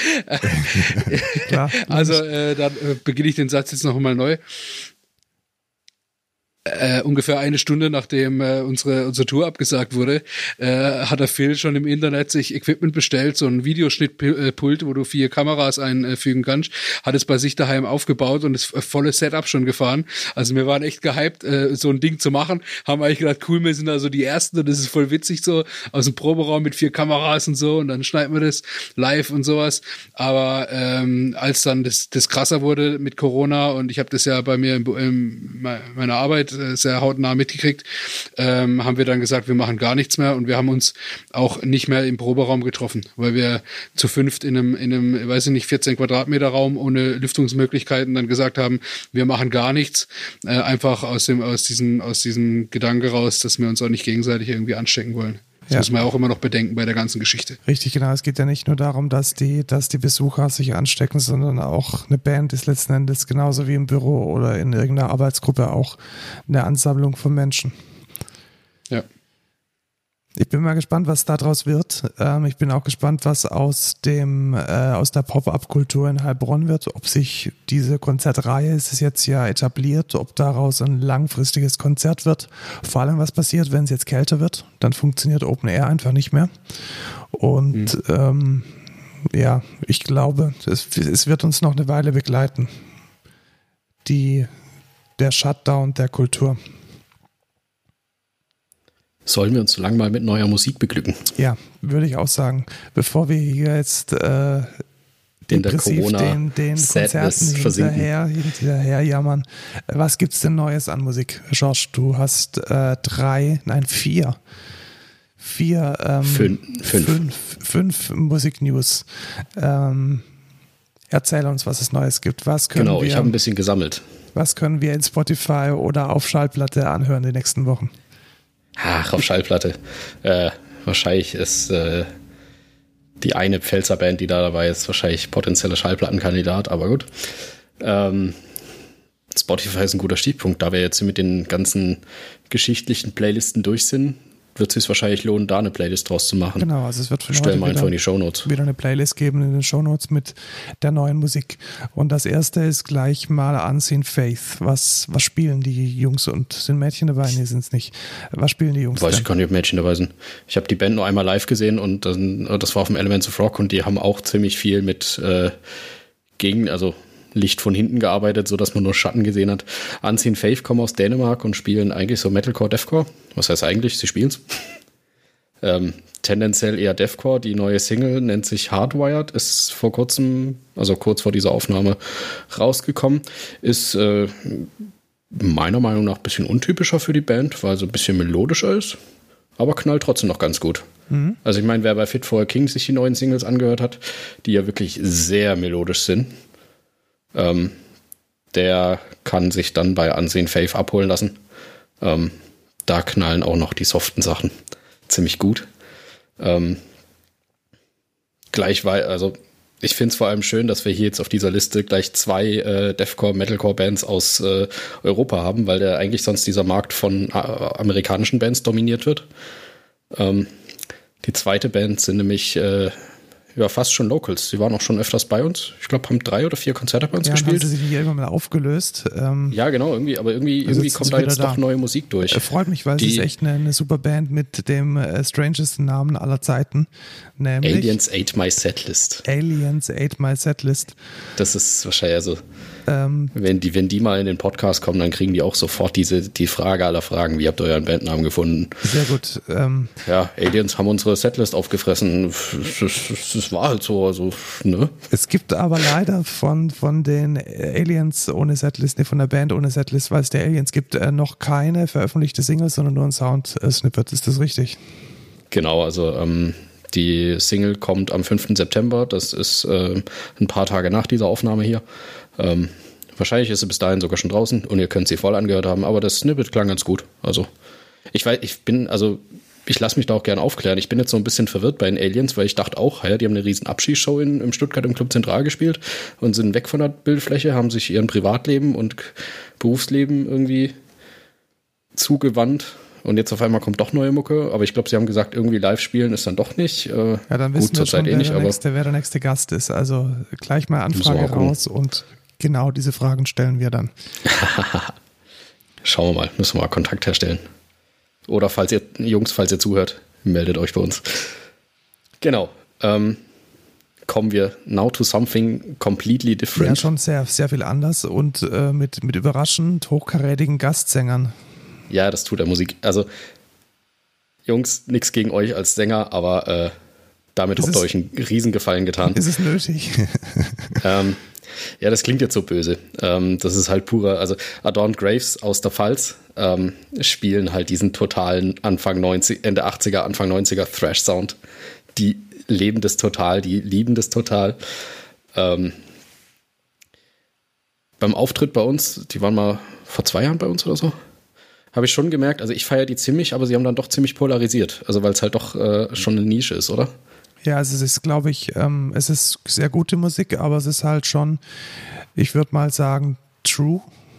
[SPEAKER 2] Klar.
[SPEAKER 4] Also dann beginne ich den Satz jetzt noch mal neu. Ungefähr eine Stunde nachdem unsere Tour abgesagt wurde, hat der Phil schon im Internet sich Equipment bestellt, so ein Videoschnittpult, wo du 4 Kameras einfügen kannst, hat es bei sich daheim aufgebaut und das volle Setup schon gefahren. Also wir waren echt gehypt, so ein Ding zu machen, haben eigentlich gedacht, cool, wir sind also die Ersten und das ist voll witzig so, aus dem Proberaum mit 4 Kameras und so und dann schneiden wir das live und sowas. Aber als dann das krasser wurde mit Corona und ich habe das ja bei mir in meiner Arbeit sehr hautnah mitgekriegt, haben wir dann gesagt, wir machen gar nichts mehr und wir haben uns auch nicht mehr im Proberaum getroffen, weil wir zu 5 in einem, weiß ich nicht, 14 Quadratmeter Raum ohne Lüftungsmöglichkeiten dann gesagt haben, wir machen gar nichts, einfach aus diesem Gedanke raus, dass wir uns auch nicht gegenseitig irgendwie anstecken wollen. Das muss man ja auch immer noch bedenken bei der ganzen Geschichte.
[SPEAKER 2] Richtig, genau. Es geht ja nicht nur darum, dass die Besucher sich anstecken, sondern auch eine Band ist letzten Endes genauso wie im Büro oder in irgendeiner Arbeitsgruppe auch eine Ansammlung von Menschen.
[SPEAKER 4] Ja.
[SPEAKER 2] Ich bin mal gespannt, was daraus wird. Ich bin auch gespannt, was aus der Pop-Up-Kultur in Heilbronn wird, ob sich diese Konzertreihe, es ist jetzt ja etabliert, ob daraus ein langfristiges Konzert wird. Vor allem, was passiert, wenn es jetzt kälter wird, dann funktioniert Open Air einfach nicht mehr. Und ich glaube, es wird uns noch eine Weile begleiten. Der Shutdown der Kultur.
[SPEAKER 3] Sollen wir uns so lange mal mit neuer Musik beglücken?
[SPEAKER 2] Ja, würde ich auch sagen. Bevor wir hier jetzt
[SPEAKER 3] den der Corona
[SPEAKER 2] den Konzerten hinterher jammern. Was gibt's denn Neues an Musik? George, du hast 5 Musik-News. Erzähl uns, was es Neues gibt.
[SPEAKER 3] Ich habe ein bisschen gesammelt.
[SPEAKER 2] Was können wir in Spotify oder auf Schallplatte anhören die nächsten Wochen?
[SPEAKER 3] Ach, auf Schallplatte. Wahrscheinlich ist die eine Pfälzer Band, die da dabei ist, wahrscheinlich potenzieller Schallplattenkandidat, aber gut. Spotify ist ein guter Stichpunkt, da wir jetzt mit den ganzen geschichtlichen Playlisten durch sind, wird es sich wahrscheinlich lohnen, da eine Playlist draus zu machen.
[SPEAKER 2] Genau, also es wird
[SPEAKER 3] stellen wir einfach in die Shownotes.
[SPEAKER 2] Wieder eine Playlist geben in den Shownotes mit der neuen Musik. Und das erste ist gleich mal Unseen Faith. Was spielen die Jungs und sind Mädchen dabei? Nee, sind es nicht. Was spielen die Jungs?
[SPEAKER 3] Weiß ich gar nicht, ob Mädchen dabei sind. Ich habe die Band nur einmal live gesehen und das war auf dem Elements of Rock und die haben auch ziemlich viel mit Licht von hinten gearbeitet, sodass man nur Schatten gesehen hat. Unseen Faith kommen aus Dänemark und spielen eigentlich so Metalcore, Deathcore. Was heißt eigentlich? Sie spielen's. Tendenziell eher Deathcore. Die neue Single nennt sich Hardwired, ist vor kurzem, also kurz vor dieser Aufnahme, rausgekommen. Ist meiner Meinung nach ein bisschen untypischer für die Band, weil so ein bisschen melodischer ist, aber knallt trotzdem noch ganz gut. Mhm. Also ich meine, wer bei Fit for a King sich die neuen Singles angehört hat, die ja wirklich sehr melodisch sind, der kann sich dann bei Unseen Faith abholen lassen. Da knallen auch noch die soften Sachen ziemlich gut. Ich finde es vor allem schön, dass wir hier jetzt auf dieser Liste gleich 2 Deathcore, Metalcore-Bands aus Europa haben, weil der eigentlich sonst dieser Markt von amerikanischen Bands dominiert wird. Die zweite Band sind nämlich fast schon Locals. Sie waren auch schon öfters bei uns. Ich glaube, haben 3 oder 4 Konzerte bei uns gespielt.
[SPEAKER 2] Haben sie sich irgendwann mal aufgelöst.
[SPEAKER 3] Ja, genau, irgendwie kommt da jetzt doch neue Musik durch.
[SPEAKER 2] Freut mich, weil es ist echt eine super Band mit dem strangesten Namen aller Zeiten. Nämlich
[SPEAKER 3] Aliens Ate My Setlist.
[SPEAKER 2] Aliens Ate My Setlist.
[SPEAKER 3] Das ist wahrscheinlich wenn die mal in den Podcast kommen, dann kriegen die auch sofort die Frage aller Fragen. Wie habt ihr euren Bandnamen gefunden?
[SPEAKER 2] Sehr gut.
[SPEAKER 3] Aliens haben unsere Setlist aufgefressen. Das war halt so. Also, ne? Es
[SPEAKER 2] gibt aber leider von den Aliens ohne Setlist, von der Band ohne Setlist, weil es der Aliens gibt, noch keine veröffentlichte Single, sondern nur ein Sound-Snippet. Ist das richtig?
[SPEAKER 3] Genau, also die Single kommt am 5. September. Das ist ein paar Tage nach dieser Aufnahme hier. Wahrscheinlich ist sie bis dahin sogar schon draußen und ihr könnt sie voll angehört haben, aber das Snippet klang ganz gut. Also, ich lasse mich da auch gerne aufklären. Ich bin jetzt so ein bisschen verwirrt bei den Aliens, weil ich dachte auch, ja, die haben eine riesen Abschießshow im Stuttgart im Club Zentral gespielt und sind weg von der Bildfläche, haben sich ihren Privatleben und Berufsleben irgendwie zugewandt. Und jetzt auf einmal kommt doch neue Mucke, aber ich glaube, sie haben gesagt, irgendwie live spielen ist dann doch nicht.
[SPEAKER 2] Ja, dann wissen wir schon, wer der nächste Gast ist. Also gleich mal Anfrage raus und genau diese Fragen stellen wir dann.
[SPEAKER 3] Schauen wir mal, müssen wir mal Kontakt herstellen. Oder falls ihr zuhört, meldet euch bei uns. Genau. Kommen wir now to something completely different.
[SPEAKER 2] Ja, schon sehr, sehr viel anders und mit überraschend hochkarätigen Gastsängern.
[SPEAKER 3] Ja, das tut der Musik. Also, Jungs, nichts gegen euch als Sänger, aber damit habt ihr euch einen Riesengefallen getan.
[SPEAKER 2] Ist es nötig?
[SPEAKER 3] Ja, das klingt jetzt so böse. Das ist halt purer, also Adorned Graves aus der Pfalz spielen halt diesen totalen Ende 80er, Anfang 90er Thrash-Sound. Die leben das total, die lieben das total. Beim Auftritt bei uns, die waren mal vor 2 Jahren bei uns oder so, habe ich schon gemerkt, also ich feiere die ziemlich, aber sie haben dann doch ziemlich polarisiert. Also weil es halt doch schon eine Nische ist, oder?
[SPEAKER 2] Ja, also es ist, glaube ich, es ist sehr gute Musik, aber es ist halt schon, ich würde mal sagen, true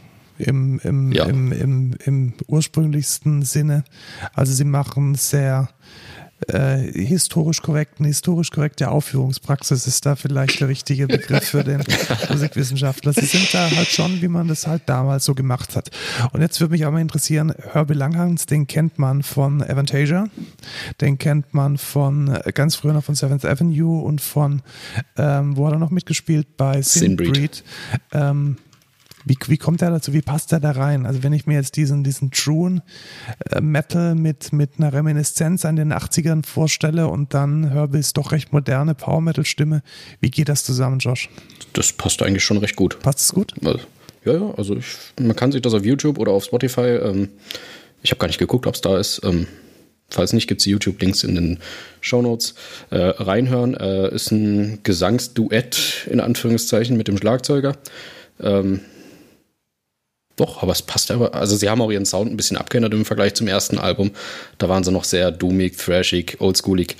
[SPEAKER 2] im ursprünglichsten Sinne. Also sie machen sehr historisch korrekte Aufführungspraxis ist da vielleicht der richtige Begriff für den Musikwissenschaftler. Sie sind da halt schon, wie man das halt damals so gemacht hat. Und jetzt würde mich auch mal interessieren, Herbie Langhans, den kennt man von Avantasia, den kennt man von ganz früher noch von Seventh Avenue und von, wo hat er noch mitgespielt? Bei Sinbreed. Wie kommt er dazu? Wie passt er da rein? Also wenn ich mir jetzt diesen truen Metal mit einer Reminiszenz an den 80ern vorstelle und dann Herbies doch recht moderne Power-Metal-Stimme, wie geht das zusammen, Josh?
[SPEAKER 3] Das passt eigentlich schon recht gut.
[SPEAKER 2] Passt es gut?
[SPEAKER 3] Ja, also man kann sich das auf YouTube oder auf Spotify, ich habe gar nicht geguckt, ob es da ist, falls nicht, gibt es YouTube-Links in den Shownotes, reinhören. Ist ein Gesangsduett in Anführungszeichen mit dem Schlagzeuger. Doch, aber es passt aber. Also sie haben auch ihren Sound ein bisschen abgeändert im Vergleich zum ersten Album. Da waren sie noch sehr doomig, thrashig, oldschoolig.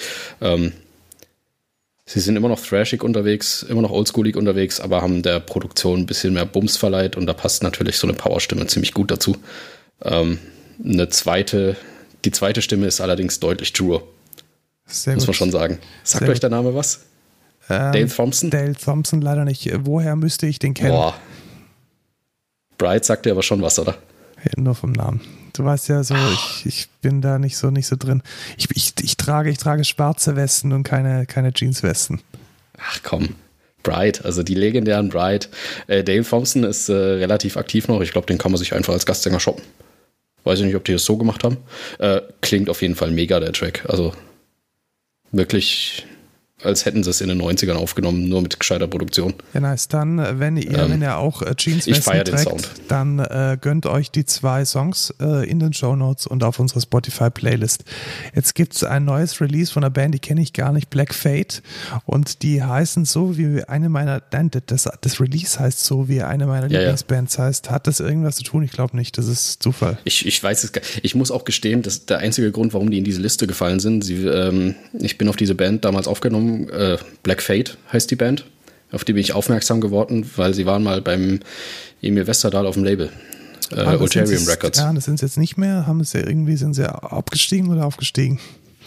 [SPEAKER 3] Sie sind immer noch thrashig unterwegs, immer noch oldschoolig unterwegs, aber haben der Produktion ein bisschen mehr Bums verleiht und da passt natürlich so eine Powerstimme ziemlich gut dazu. Die zweite Stimme ist allerdings deutlich truer. Sehr muss man schon sagen. Sagt euch der Name was? Dale Thompson?
[SPEAKER 2] Dale Thompson leider nicht. Woher müsste ich den kennen? Boah.
[SPEAKER 3] Bright sagt dir aber schon was, oder?
[SPEAKER 2] Ja, nur vom Namen. Du weißt ja so, ich bin da nicht so drin. Ich trage schwarze Westen und keine Jeanswesten.
[SPEAKER 3] Ach komm, Bright, also die legendären Bright. Dale Thompson ist relativ aktiv noch. Ich glaube, den kann man sich einfach als Gastsänger shoppen. Weiß ich nicht, ob die das so gemacht haben. Klingt auf jeden Fall mega, der Track. Also wirklich, als hätten sie es in den 90ern aufgenommen, nur mit gescheiter Produktion.
[SPEAKER 2] Ja, nice. Dann, wenn ihr auch Jeanswesten trägt, dann gönnt euch die 2 Songs in den Shownotes und auf unserer Spotify-Playlist. Jetzt gibt es ein neues Release von einer Band, die kenne ich gar nicht, Black Fate. Und die heißen so wie eine meiner, das Release heißt so wie eine meiner Lieblingsbands heißt. Hat das irgendwas zu tun? Ich glaube nicht, das ist Zufall.
[SPEAKER 3] Ich weiß es gar nicht. Ich muss auch gestehen, das ist der einzige Grund, warum die in diese Liste gefallen sind. Ich bin auf diese Band damals aufgenommen. Black Fate heißt die Band. Auf die bin ich aufmerksam geworden, weil sie waren mal beim Emil Westerdahl auf dem Label. Ulterium Records.
[SPEAKER 2] Ja, das sind sie jetzt nicht mehr. Sind sie abgestiegen oder aufgestiegen?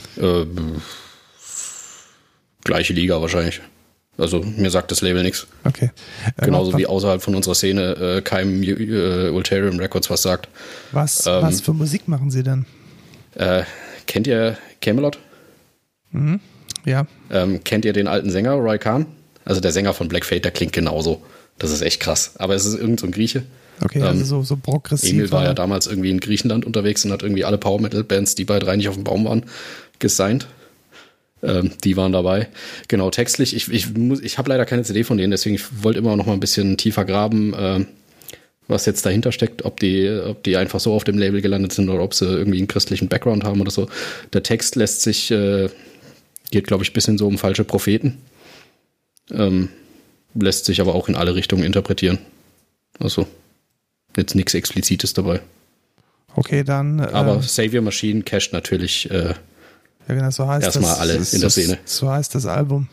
[SPEAKER 3] Gleiche Liga wahrscheinlich. Also mir sagt das Label nichts.
[SPEAKER 2] Okay.
[SPEAKER 3] Genauso wie außerhalb von unserer Szene keinem Ulterium Records was sagt.
[SPEAKER 2] Was für Musik machen sie denn?
[SPEAKER 3] Kennt ihr Camelot?
[SPEAKER 2] Mhm. Ja.
[SPEAKER 3] Kennt ihr den alten Sänger, Roy Khan? Also der Sänger von Black Fate, der klingt genauso. Das ist echt krass. Aber es ist irgend so ein Grieche.
[SPEAKER 2] Okay, also so progressiv.
[SPEAKER 3] Emil war ja damals irgendwie in Griechenland unterwegs und hat irgendwie alle Power-Metal-Bands, die bei 3 nicht auf dem Baum waren, gesigned. Die waren dabei. Genau, textlich. Ich habe leider keine CD von denen, deswegen wollte ich immer noch mal ein bisschen tiefer graben, was jetzt dahinter steckt, ob die einfach so auf dem Label gelandet sind oder ob sie irgendwie einen christlichen Background haben oder so. Der Text lässt sich geht, glaube ich, ein bisschen so um falsche Propheten. Lässt sich aber auch in alle Richtungen interpretieren. Also jetzt nichts Explizites dabei.
[SPEAKER 2] Okay, dann.
[SPEAKER 3] Aber Savior Machine cached natürlich
[SPEAKER 2] ja, genau, so heißt
[SPEAKER 3] erstmal alle in der Szene.
[SPEAKER 2] So heißt das Album.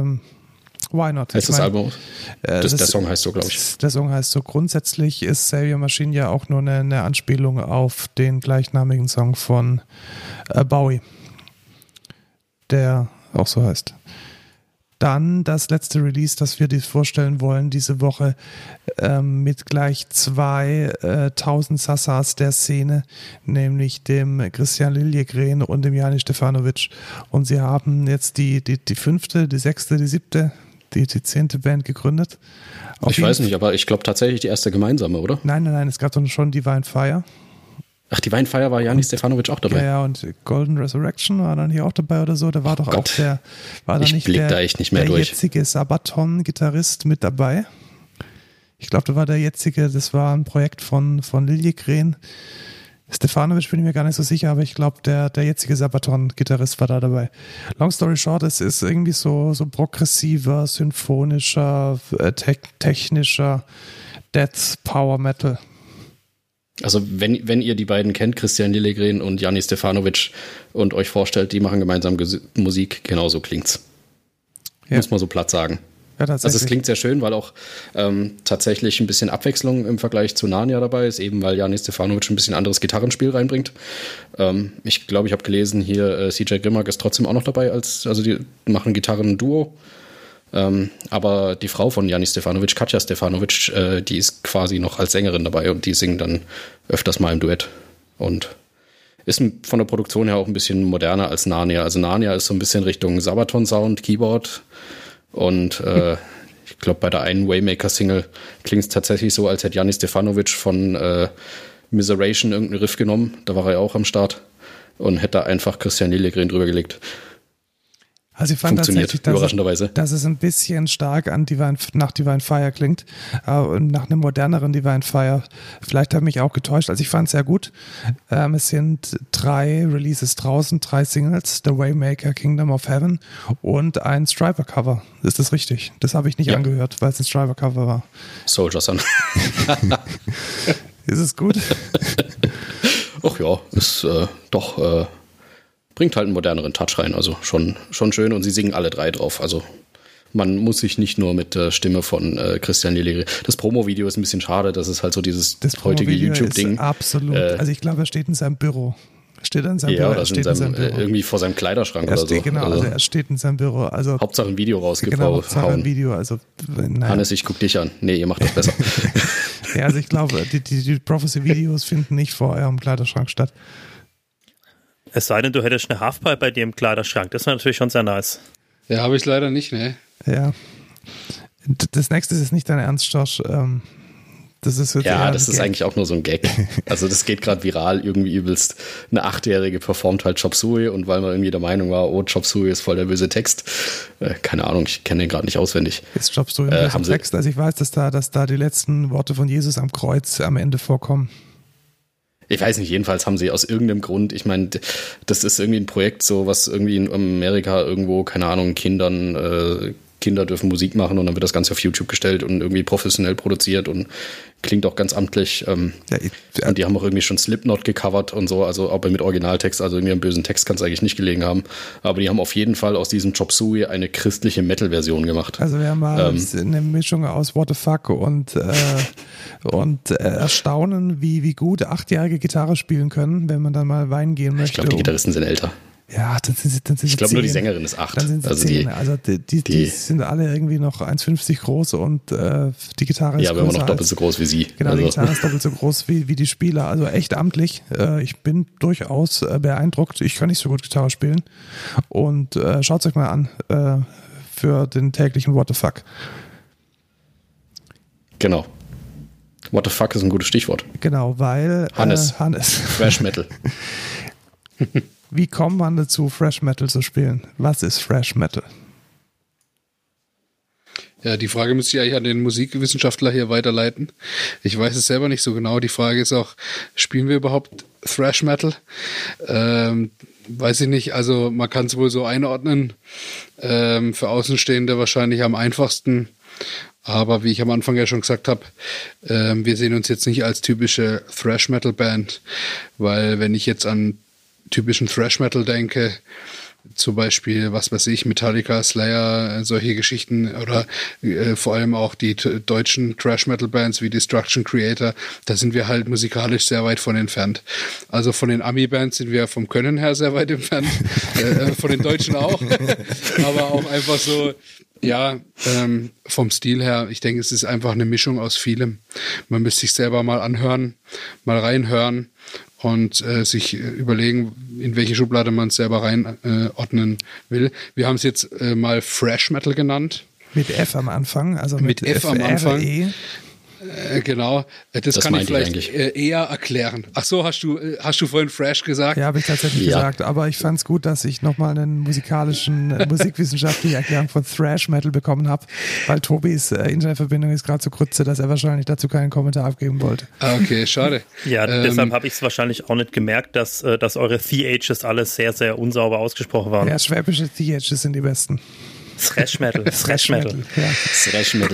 [SPEAKER 2] Why not?
[SPEAKER 3] Heißt das Album? Der Song heißt so, glaube ich.
[SPEAKER 2] Der Song heißt so. Grundsätzlich ist Savior Machine ja auch nur eine Anspielung auf den gleichnamigen Song von Bowie, der auch so heißt. Dann das letzte Release, das wir dir vorstellen wollen diese Woche, mit gleich 2000 Sassas der Szene, nämlich dem Christian Liljegren und dem Janis Stefanovic. Und sie haben jetzt die 5., die 6., die 7., die 10. Band gegründet.
[SPEAKER 3] Ich weiß nicht, aber ich glaube tatsächlich die erste gemeinsame, oder?
[SPEAKER 2] Nein, es gab dann schon Divine Fire.
[SPEAKER 3] Ach, Divine Fire war Janis Stefanovic auch dabei.
[SPEAKER 2] Ja, und Golden Resurrection war dann hier auch dabei oder so. Da war doch auch der jetzige Sabaton-Gitarrist mit dabei. Ich glaube, das war ein Projekt von Liljegren. Stefanovic bin ich mir gar nicht so sicher, aber ich glaube, der jetzige Sabaton-Gitarrist war da dabei. Long story short, es ist irgendwie so progressiver, symphonischer, technischer Death Power Metal.
[SPEAKER 3] Also wenn ihr die beiden kennt, Christian Liljegren und Janis Stefanovic, und euch vorstellt, die machen gemeinsam Musik, genauso klingt's. Ja. Muss man so platt sagen.
[SPEAKER 2] Ja,
[SPEAKER 3] also es klingt sehr schön, weil auch tatsächlich ein bisschen Abwechslung im Vergleich zu Narnia dabei ist, eben weil Janis Stefanovic ein bisschen anderes Gitarrenspiel reinbringt. Ich glaube, ich habe gelesen, hier CJ Grimmark ist trotzdem auch noch dabei, also die machen Gitarren-Duo. Aber die Frau von Janis Stefanovic, Katja Stefanovic, die ist quasi noch als Sängerin dabei und die singen dann öfters mal im Duett und ist von der Produktion her auch ein bisschen moderner als Narnia. Also Narnia ist so ein bisschen Richtung Sabaton-Sound, Keyboard und ich glaube, bei der einen Waymaker-Single klingt es tatsächlich so, als hätte Janis Stefanovic von Miseration irgendeinen Riff genommen, da war er ja auch am Start und hätte da einfach Christian Liljegren drüber gelegt.
[SPEAKER 2] Also ich fand tatsächlich, dass es ein bisschen stark nach Divine Fire klingt, nach einem moderneren Divine Fire. Vielleicht habe ich mich auch getäuscht. Also ich fand es sehr gut. Es sind 3 Releases draußen, 3 Singles, The Waymaker, Kingdom of Heaven und ein Striper-Cover. Ist das richtig? Das habe ich nicht angehört, weil es ein Striper-Cover war.
[SPEAKER 3] Soldier Son.
[SPEAKER 2] Ist es gut?
[SPEAKER 3] Ach ja, ist bringt halt einen moderneren Touch rein, also schon schön, und sie singen alle 3 drauf, also man muss sich nicht nur mit der Stimme von Christian Liljegren. Das Promo-Video ist ein bisschen schade, das ist halt so das heutige YouTube-Ding.
[SPEAKER 2] Absolut, also ich glaube, er steht in seinem Büro.
[SPEAKER 3] Irgendwie vor seinem Kleiderschrank oder so.
[SPEAKER 2] Genau, also er steht in seinem Büro. Also
[SPEAKER 3] Hauptsache ein Video rausgehauen.
[SPEAKER 2] Genau, Hauptsache ein Video. Also,
[SPEAKER 3] Hannes, ich guck dich an. Nee, ihr macht das besser.
[SPEAKER 2] Ja, also ich glaube, die Prophecy-Videos finden nicht vor eurem Kleiderschrank statt.
[SPEAKER 5] Es sei denn, du hättest eine Halfpipe bei dir im Kleiderschrank. Das wäre natürlich schon sehr nice.
[SPEAKER 4] Ja, habe ich leider nicht, ne?
[SPEAKER 2] Ja. Das nächste ist nicht dein Ernst, Josh. Das ist
[SPEAKER 3] eigentlich auch nur so ein Gag. Also das geht gerade viral, irgendwie übelst. Eine 8-Jährige performt halt Chop Suey, und weil man irgendwie der Meinung war, oh, Chop Suey ist voll der böse Text. Keine Ahnung, ich kenne den gerade nicht auswendig.
[SPEAKER 2] Ist Chop Suey ein böser Text? Also ich weiß, dass da die letzten Worte von Jesus am Kreuz am Ende vorkommen.
[SPEAKER 3] Ich weiß nicht, jedenfalls haben sie aus irgendeinem Grund, ich meine, das ist irgendwie ein Projekt, so was irgendwie in Amerika irgendwo, keine Ahnung, Kinder dürfen Musik machen, und dann wird das Ganze auf YouTube gestellt und irgendwie professionell produziert und klingt auch ganz amtlich. Und die haben auch irgendwie schon Slipknot gecovert und so, also auch mit Originaltext, also irgendwie einen bösen Text kann es eigentlich nicht gelegen haben. Aber die haben auf jeden Fall aus diesem Chop Suey eine christliche Metal-Version gemacht.
[SPEAKER 2] Also wir haben mal eine Mischung aus What the Fuck und Erstaunen, wie gut 8-jährige Gitarre spielen können, wenn man dann mal weinen gehen möchte.
[SPEAKER 3] Ich glaube, die Gitarristen sind älter.
[SPEAKER 2] Ja, dann sind sie
[SPEAKER 3] ich glaube, nur die Sängerin ist 8.
[SPEAKER 2] Dann sind sie 10. Also die sind alle irgendwie noch 1,50 groß, und die Gitarre ist
[SPEAKER 3] aber immer noch doppelt so groß wie sie.
[SPEAKER 2] Genau, die Gitarre ist doppelt so groß wie die Spieler. Also echt amtlich. Ich bin durchaus beeindruckt. Ich kann nicht so gut Gitarre spielen. Und schaut es euch mal an für den täglichen What the Fuck.
[SPEAKER 3] Genau. What the Fuck ist ein gutes Stichwort.
[SPEAKER 2] Genau, weil
[SPEAKER 3] Hannes. Thrash Metal.
[SPEAKER 2] Wie kommt man dazu, Thrash Metal zu spielen? Was ist Thrash Metal?
[SPEAKER 4] Ja, die Frage müsste ich eigentlich an den Musikwissenschaftler hier weiterleiten. Ich weiß es selber nicht so genau. Die Frage ist auch, spielen wir überhaupt Thrash Metal? Weiß ich nicht. Also man kann es wohl so einordnen. Für Außenstehende wahrscheinlich am einfachsten Aber wie ich am Anfang ja schon gesagt habe, wir sehen uns jetzt nicht als typische Thrash-Metal-Band, weil wenn ich jetzt an typischen Thrash-Metal denke, zum Beispiel, was weiß ich, Metallica, Slayer, solche Geschichten oder vor allem auch die deutschen Thrash-Metal-Bands wie Destruction Creator, da sind wir halt musikalisch sehr weit von entfernt. Also von den Ami-Bands sind wir vom Können her sehr weit entfernt, von den Deutschen auch, aber auch einfach so, ja, vom Stil her, ich denke, es ist einfach eine Mischung aus vielem. Man müsste sich selber mal anhören, mal reinhören und sich überlegen, in welche Schublade man es selber reinordnen will. Wir haben es jetzt mal Thrash Metal genannt.
[SPEAKER 2] Mit F am Anfang, also mit
[SPEAKER 4] F am Anfang.
[SPEAKER 2] F-R-E.
[SPEAKER 4] Genau, das kann ich vielleicht eher erklären. Ach so, hast du vorhin Thrash gesagt?
[SPEAKER 2] Ja, habe ich tatsächlich gesagt, aber ich fand es gut, dass ich nochmal einen musikwissenschaftliche Erklärung von Thrash Metal bekommen habe, weil Tobis Internetverbindung ist gerade so kurze, dass er wahrscheinlich dazu keinen Kommentar abgeben wollte.
[SPEAKER 4] Okay, schade.
[SPEAKER 5] Ja, deshalb habe ich es wahrscheinlich auch nicht gemerkt, dass eure THs alles sehr, sehr unsauber ausgesprochen waren.
[SPEAKER 2] Ja, schwäbische THs sind die besten.
[SPEAKER 5] Thrash Metal.
[SPEAKER 2] Thrash Metal. Ja.
[SPEAKER 3] Thrash Metal.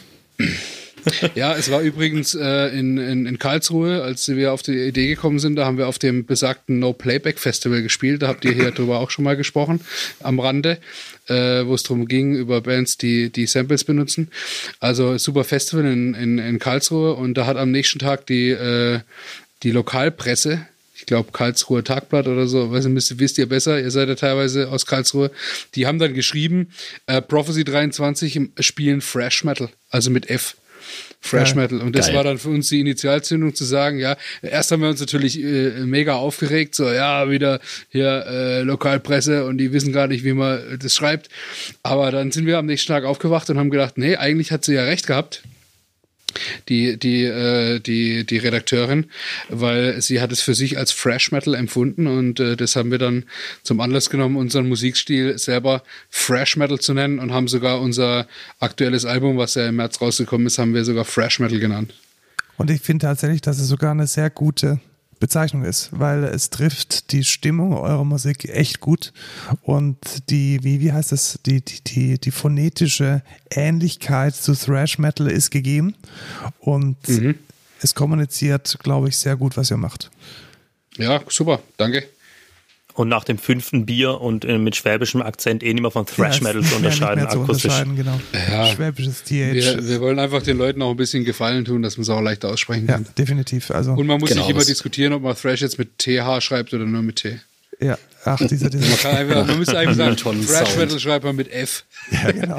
[SPEAKER 4] Ja, es war übrigens in Karlsruhe, als wir auf die Idee gekommen sind, da haben wir auf dem besagten No Playback Festival gespielt, da habt ihr hier drüber auch schon mal gesprochen, am Rande, wo es darum ging, über Bands, die Samples benutzen. Also super Festival in Karlsruhe und da hat am nächsten Tag die Lokalpresse, ich glaube Karlsruher Tagblatt oder so, wisst ihr besser, ihr seid ja teilweise aus Karlsruhe, die haben dann geschrieben, Prophecy 23 spielen Thrash Metal, also mit F. Thrash Metal. Und das war dann für uns die Initialzündung zu sagen, ja, erst haben wir uns natürlich mega aufgeregt, so, ja, wieder hier Lokalpresse und die wissen gar nicht, wie man das schreibt. Aber dann sind wir am nächsten Tag aufgewacht und haben gedacht, nee, eigentlich hat sie ja recht gehabt. Die Redakteurin, weil sie hat es für sich als Thrash Metal empfunden und das haben wir dann zum Anlass genommen, unseren Musikstil selber Thrash Metal zu nennen und haben sogar unser aktuelles Album, was ja im März rausgekommen ist, haben wir sogar Thrash Metal genannt.
[SPEAKER 2] Und ich finde tatsächlich, dass es sogar eine sehr gute Bezeichnung ist, weil es trifft die Stimmung eurer Musik echt gut und die, wie heißt das, die phonetische Ähnlichkeit zu Thrash Metal ist gegeben und es kommuniziert, glaube ich, sehr gut, was ihr macht.
[SPEAKER 4] Ja, super, danke.
[SPEAKER 5] Und nach dem 5. Bier und mit schwäbischem Akzent nicht mehr von Thrash Metal zu unterscheiden, akustisch.
[SPEAKER 2] Genau.
[SPEAKER 4] Ja,
[SPEAKER 2] schwäbisches TH.
[SPEAKER 4] Wir wollen einfach den Leuten auch ein bisschen Gefallen tun, dass man es auch leichter aussprechen kann.
[SPEAKER 2] Ja, definitiv. Also,
[SPEAKER 4] und man muss nicht immer diskutieren, ob man Thrash jetzt mit TH schreibt oder nur mit T.
[SPEAKER 2] Ja, dieser.
[SPEAKER 4] Man müsste einfach sagen, Thrash Metal schreibt man mit F.
[SPEAKER 2] Ja, genau.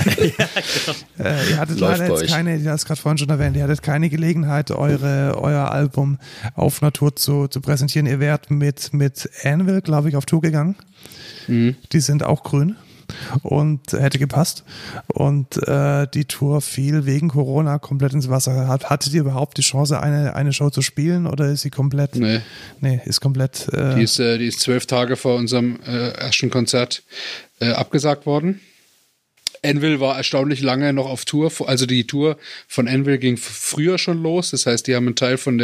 [SPEAKER 2] Ihr hattet leider jetzt keine, ich habe es gerade vorhin schon erwähnt, ihr hattet keine Gelegenheit, euer Album auf einer Tour zu präsentieren. Ihr wärt mit Anvil, glaube ich, auf Tour gegangen. Mhm. Die sind auch grün und hätte gepasst. Und die Tour fiel wegen Corona komplett ins Wasser. Hattet ihr überhaupt die Chance, eine Show zu spielen oder ist sie komplett? Nee, ist komplett.
[SPEAKER 4] Die ist 12 Tage vor unserem ersten Konzert abgesagt worden. Anvil war erstaunlich lange noch auf Tour, also die Tour von Anvil ging früher schon los, das heißt, die haben einen Teil von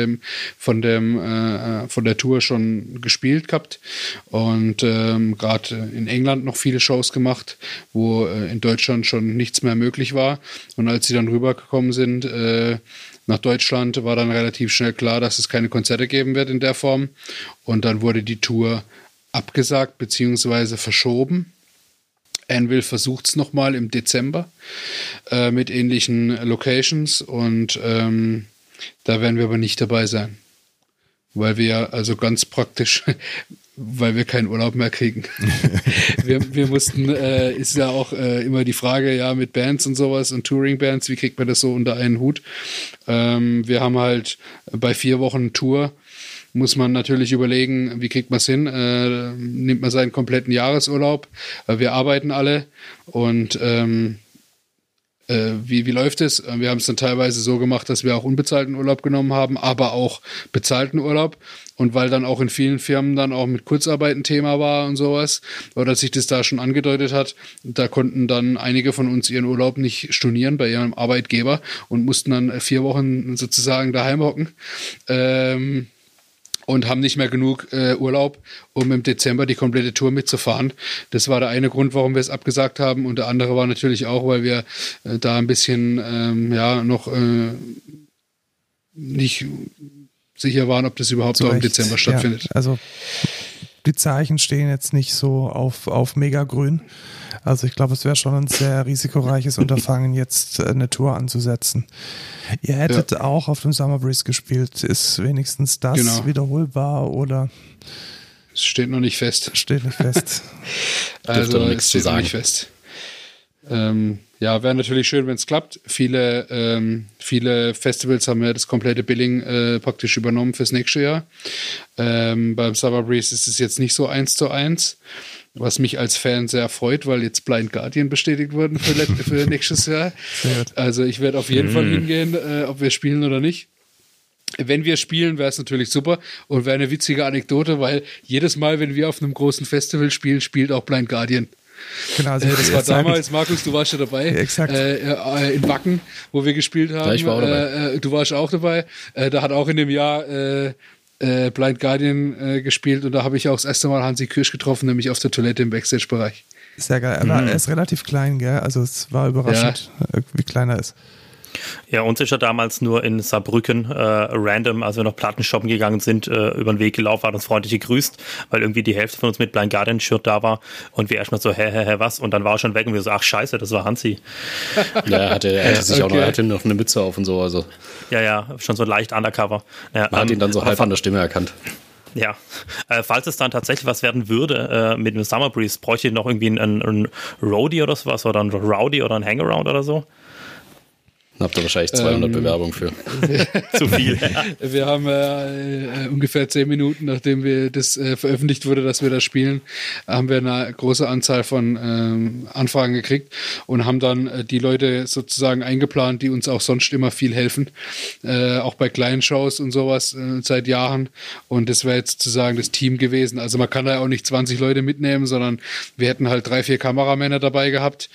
[SPEAKER 4] der Tour schon gespielt gehabt und gerade in England noch viele Shows gemacht, wo in Deutschland schon nichts mehr möglich war und als sie dann rübergekommen sind nach Deutschland, war dann relativ schnell klar, dass es keine Konzerte geben wird in der Form und dann wurde die Tour abgesagt bzw. verschoben. Anvil versucht es nochmal im Dezember mit ähnlichen Locations und da werden wir aber nicht dabei sein, weil wir also ganz praktisch, weil wir keinen Urlaub mehr kriegen. wir mussten, ist ja auch immer die Frage, ja mit Bands und sowas und Touring-Bands, wie kriegt man das so unter einen Hut? Wir haben halt bei 4 Wochen Tour muss man natürlich überlegen, wie kriegt man es hin? Nimmt man seinen kompletten Jahresurlaub? Wir arbeiten alle und wie läuft es? Wir haben es dann teilweise so gemacht, dass wir auch unbezahlten Urlaub genommen haben, aber auch bezahlten Urlaub. Und weil dann auch in vielen Firmen dann auch mit Kurzarbeit ein Thema war und sowas, oder sich das da schon angedeutet hat, da konnten dann einige von uns ihren Urlaub nicht stornieren bei ihrem Arbeitgeber und mussten dann 4 Wochen sozusagen daheim hocken. und haben nicht mehr genug Urlaub, um im Dezember die komplette Tour mitzufahren. Das war der eine Grund, warum wir es abgesagt haben. Und der andere war natürlich auch, weil wir da ein bisschen noch nicht sicher waren, ob das überhaupt noch im Dezember stattfindet.
[SPEAKER 2] Ja, also die Zeichen stehen jetzt nicht so auf mega grün. Also ich glaube, es wäre schon ein sehr risikoreiches Unterfangen, jetzt eine Tour anzusetzen. Ihr hättet auch auf dem Summer Breeze gespielt. Ist wenigstens das wiederholbar oder?
[SPEAKER 4] Es steht noch nicht fest.
[SPEAKER 2] Steht nicht fest.
[SPEAKER 4] Also es steht noch nicht fest. Wäre natürlich schön, wenn es klappt. Viele Festivals haben ja das komplette Billing praktisch übernommen fürs nächste Jahr. Beim Summer Breeze ist es jetzt nicht so 1:1, was mich als Fan sehr freut, weil jetzt Blind Guardian bestätigt wurden für nächstes Jahr. Also ich werde auf jeden Fall hingehen, ob wir spielen oder nicht. Wenn wir spielen, wäre es natürlich super und wäre eine witzige Anekdote, weil jedes Mal, wenn wir auf einem großen Festival spielen, spielt auch Blind Guardian.
[SPEAKER 2] Genau, also
[SPEAKER 4] das war damals, Markus, du warst ja dabei,
[SPEAKER 2] exakt.
[SPEAKER 4] In Wacken, wo wir gespielt haben.
[SPEAKER 3] Ja, ich war auch dabei.
[SPEAKER 4] Du warst auch dabei. Da hat auch in dem Jahr Blind Guardian gespielt und da habe ich auch das erste Mal Hansi Kürsch getroffen, nämlich auf der Toilette im Backstage-Bereich.
[SPEAKER 2] Sehr geil. Er ist relativ klein, gell? Also es war überraschend, wie klein er ist.
[SPEAKER 5] Ja, uns ist ja damals nur in Saarbrücken random, als wir noch Platten shoppen gegangen sind, über den Weg gelaufen, hat uns freundlich gegrüßt, weil irgendwie die Hälfte von uns mit Blind Guardian Shirt da war und wir erstmal so, was? Und dann war er schon weg und wir so, ach scheiße, das war Hansi.
[SPEAKER 3] Ja, er hatte noch eine Mütze auf und so, also.
[SPEAKER 5] Ja, schon so leicht undercover. Ja,
[SPEAKER 3] man hat ihn dann so halb an der Stimme erkannt.
[SPEAKER 5] Ja, falls es dann tatsächlich was werden würde mit dem Summer Breeze, bräuchte ich noch irgendwie ein Roadie oder sowas oder ein Rowdy oder ein Hangaround oder so.
[SPEAKER 3] Habt ihr wahrscheinlich 200 Bewerbungen für.
[SPEAKER 5] Zu viel.
[SPEAKER 4] Wir haben ungefähr 10 Minuten, nachdem das veröffentlicht wurde, dass wir da spielen, haben wir eine große Anzahl von Anfragen gekriegt und haben dann die Leute sozusagen eingeplant, die uns auch sonst immer viel helfen, auch bei kleinen Shows und sowas seit Jahren. Und das wäre jetzt sozusagen das Team gewesen. Also man kann da auch nicht 20 Leute mitnehmen, sondern wir hätten halt 3-4 Kameramänner dabei gehabt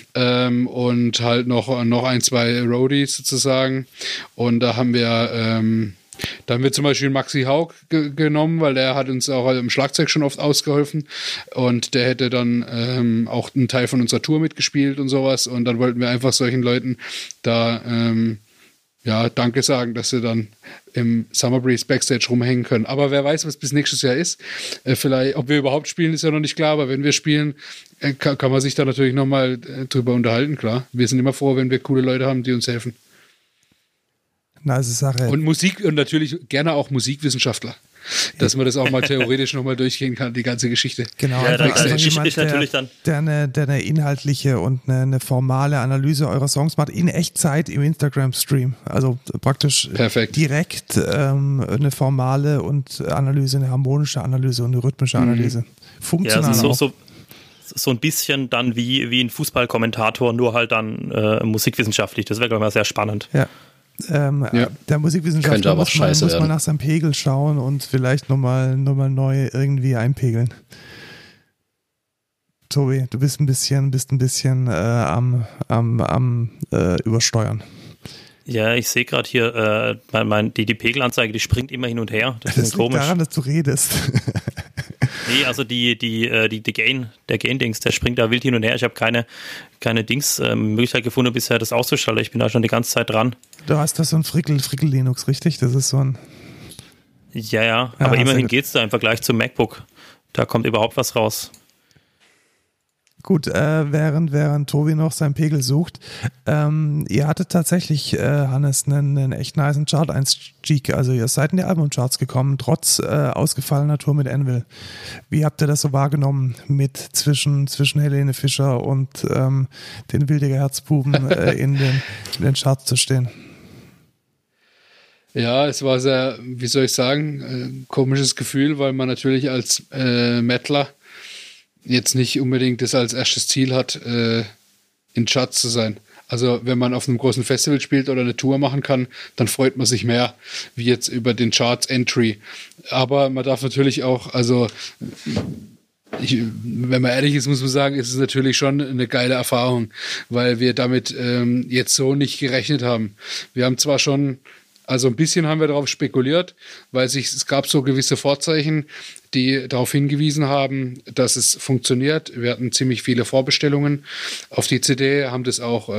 [SPEAKER 4] und halt noch 1-2 Roadies sozusagen. Und da haben wir zum Beispiel Maxi Haug genommen, weil der hat uns auch im Schlagzeug schon oft ausgeholfen und der hätte dann auch einen Teil von unserer Tour mitgespielt und sowas und dann wollten wir einfach solchen Leuten da Danke sagen, dass sie dann im Summer Breeze Backstage rumhängen können. Aber wer weiß, was bis nächstes Jahr ist. Vielleicht, ob wir überhaupt spielen, ist ja noch nicht klar, aber wenn wir spielen, kann man sich da natürlich nochmal drüber unterhalten, klar. Wir sind immer froh, wenn wir coole Leute haben, die uns helfen.
[SPEAKER 2] Nice Sache.
[SPEAKER 4] Und Musik und natürlich gerne auch Musikwissenschaftler. Dass man das auch mal theoretisch nochmal durchgehen kann, die ganze Geschichte.
[SPEAKER 2] Genau,
[SPEAKER 5] ja,
[SPEAKER 2] also jemand,
[SPEAKER 5] ist natürlich dann
[SPEAKER 2] der eine inhaltliche und eine formale Analyse eurer Songs macht, in Echtzeit im Instagram-Stream. Also praktisch
[SPEAKER 4] perfekt.
[SPEAKER 2] Direkt eine formale und Analyse, eine harmonische Analyse und eine rhythmische Analyse. Funktional auch.
[SPEAKER 5] So ein bisschen dann wie ein Fußballkommentator, nur halt dann musikwissenschaftlich. Das wäre, glaube ich, mal sehr spannend.
[SPEAKER 2] Ja. Der Musikwissenschaftler muss mal nach seinem Pegel schauen und vielleicht nochmal neu irgendwie einpegeln. Tobi, du bist ein bisschen am Übersteuern.
[SPEAKER 5] Ja, ich sehe gerade hier, die Pegelanzeige, die springt immer hin und her. Das ist komisch.
[SPEAKER 2] Liegt daran, dass du redest.
[SPEAKER 5] Nee, also der Gain-Dings, der springt da wild hin und her. Ich habe keine Möglichkeit gefunden, bisher das auszuschalten. Ich bin da schon die ganze Zeit dran.
[SPEAKER 2] Du hast da so ein Frickel-Linux, richtig? Das ist so ein...
[SPEAKER 5] Ja, aber immerhin geht's da im Vergleich zum MacBook. Da kommt überhaupt was raus.
[SPEAKER 2] Gut, während Tobi noch seinen Pegel sucht, ihr hattet tatsächlich, Hannes, einen echt nicen Chart-Einstieg. Also ihr seid in die Albumcharts gekommen, trotz ausgefallener Tour mit Anvil. Wie habt ihr das so wahrgenommen, mit zwischen Helene Fischer und den Wildiger Herzbuben in den Charts zu stehen?
[SPEAKER 4] Ja, es war sehr, wie soll ich sagen, komisches Gefühl, weil man natürlich als Mettler jetzt nicht unbedingt das als erstes Ziel hat, in Charts zu sein. Also wenn man auf einem großen Festival spielt oder eine Tour machen kann, dann freut man sich mehr, wie jetzt über den Charts-Entry. Aber man darf natürlich auch, wenn man ehrlich ist, muss man sagen, ist es natürlich schon eine geile Erfahrung, weil wir damit jetzt so nicht gerechnet haben. Wir haben zwar schon Also ein bisschen haben wir darauf spekuliert, weil es gab so gewisse Vorzeichen, die darauf hingewiesen haben, dass es funktioniert. Wir hatten ziemlich viele Vorbestellungen auf die CD, haben das auch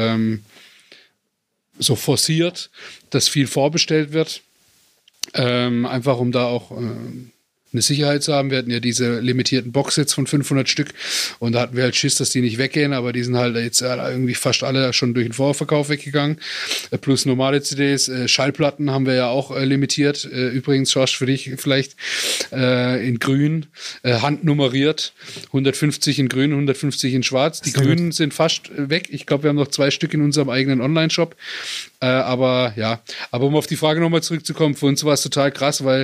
[SPEAKER 4] so forciert, dass viel vorbestellt wird. Einfach um da auch eine Sicherheit zu haben. Wir hatten ja diese limitierten Boxsets von 500 Stück und da hatten wir halt Schiss, dass die nicht weggehen, aber die sind halt jetzt irgendwie fast alle schon durch den Vorverkauf weggegangen. Plus normale CDs, Schallplatten haben wir ja auch limitiert. Übrigens, Josh, für dich vielleicht in grün, handnummeriert, 150 in grün, 150 in schwarz. Die Grünen sind fast weg. Ich glaube, wir haben noch 2 Stück in unserem eigenen Online-Shop. Aber um auf die Frage nochmal zurückzukommen, für uns war es total krass, weil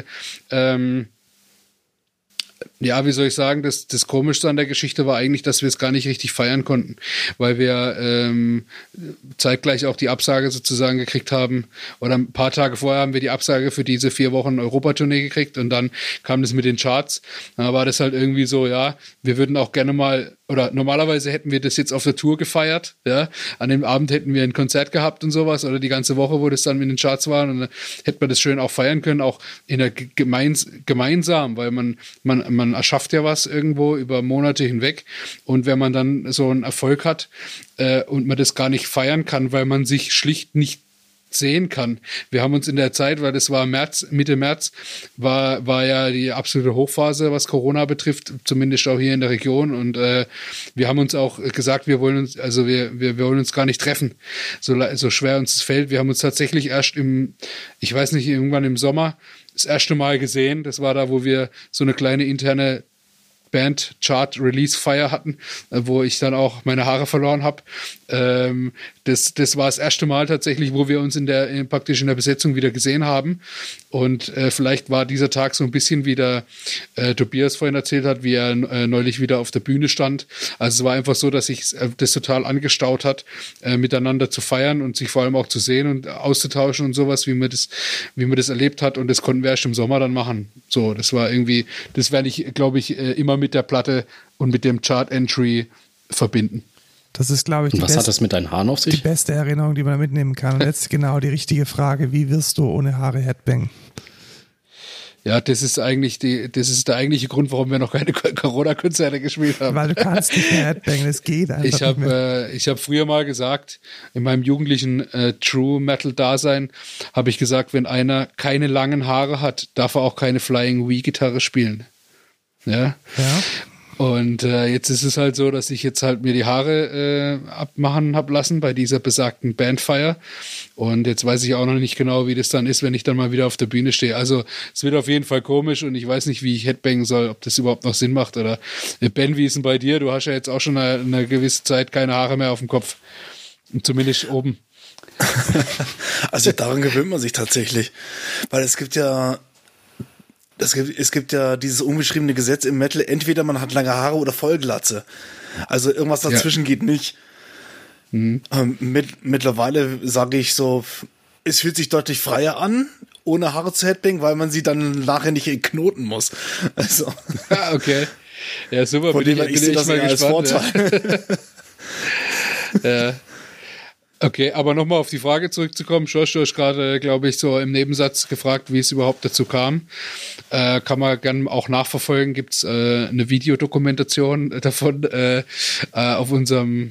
[SPEAKER 4] wie soll ich sagen, das Komischste an der Geschichte war eigentlich, dass wir es gar nicht richtig feiern konnten, weil wir zeitgleich auch die Absage sozusagen gekriegt haben, oder ein paar Tage vorher haben wir die Absage für diese 4 Wochen Europatournee gekriegt und dann kam das mit den Charts. Da war das halt irgendwie so, wir würden auch gerne mal, oder normalerweise hätten wir das jetzt auf der Tour gefeiert, ja, an dem Abend hätten wir ein Konzert gehabt und sowas, oder die ganze Woche, wo das dann in den Charts war, und dann hätte man das schön auch feiern können, auch in der gemeinsam, weil man erschafft ja was irgendwo über Monate hinweg, und wenn man dann so einen Erfolg hat und man das gar nicht feiern kann, weil man sich schlicht nicht sehen kann. Wir haben uns in der Zeit, weil das war Mitte März, war ja die absolute Hochphase, was Corona betrifft, zumindest auch hier in der Region, und wir haben uns auch gesagt, wir wollen uns gar nicht treffen, so schwer uns das fällt. Wir haben uns tatsächlich erst irgendwann im Sommer das erste Mal gesehen. Das war da, wo wir so eine kleine interne Band-Chart-Release-Feier hatten, wo ich dann auch meine Haare verloren habe. Das war das erste Mal tatsächlich, wo wir uns praktisch in der Besetzung wieder gesehen haben. Und vielleicht war dieser Tag so ein bisschen, wie der Tobias vorhin erzählt hat, wie er neulich wieder auf der Bühne stand. Also es war einfach so, dass sich das total angestaut hat, miteinander zu feiern und sich vor allem auch zu sehen und auszutauschen und sowas, wie man das erlebt hat. Und das konnten wir erst im Sommer dann machen. So, das war irgendwie, das werde ich, glaube ich, immer mit der Platte und mit dem Chart-Entry verbinden.
[SPEAKER 2] Das ist, glaube ich,
[SPEAKER 3] was hat das mit deinen Haaren auf sich?
[SPEAKER 2] Die beste Erinnerung, die man mitnehmen kann. Und jetzt genau die richtige Frage: Wie wirst du ohne Haare Headbang?
[SPEAKER 4] Ja, das ist der eigentliche Grund, warum wir noch keine Corona-Konzerte gespielt haben.
[SPEAKER 2] Weil du kannst nicht mehr Headbangen, das geht einfach nicht mehr.
[SPEAKER 4] Ich habe früher mal gesagt, in meinem jugendlichen True-Metal-Dasein, habe ich gesagt, wenn einer keine langen Haare hat, darf er auch keine Flying Wii-Gitarre spielen. Ja. Und jetzt ist es halt so, dass ich jetzt halt mir die Haare abmachen habe lassen bei dieser besagten Bandfire. Und jetzt weiß ich auch noch nicht genau, wie das dann ist, wenn ich dann mal wieder auf der Bühne stehe. Also es wird auf jeden Fall komisch und ich weiß nicht, wie ich Headbangen soll, ob das überhaupt noch Sinn macht. Oder Ben, wie ist denn bei dir? Du hast ja jetzt auch schon eine gewisse Zeit keine Haare mehr auf dem Kopf. Zumindest oben.
[SPEAKER 1] Also daran gewöhnt man sich tatsächlich. Weil es gibt ja dieses unbeschriebene Gesetz im Metal, entweder man hat lange Haare oder Vollglatze. Also irgendwas dazwischen geht nicht. Mhm. Mittlerweile sage ich so, es fühlt sich deutlich freier an, ohne Haare zu Headbang, weil man sie dann nachher nicht knoten muss. Also.
[SPEAKER 4] Okay. Ja, super.
[SPEAKER 1] Bin ich mal gespannt. Vorteil.
[SPEAKER 4] Ja. Okay, aber nochmal auf die Frage zurückzukommen. Josh, du hast gerade, glaube ich, so im Nebensatz gefragt, wie es überhaupt dazu kam. Kann man gerne auch nachverfolgen. Gibt es eine Videodokumentation davon auf unserem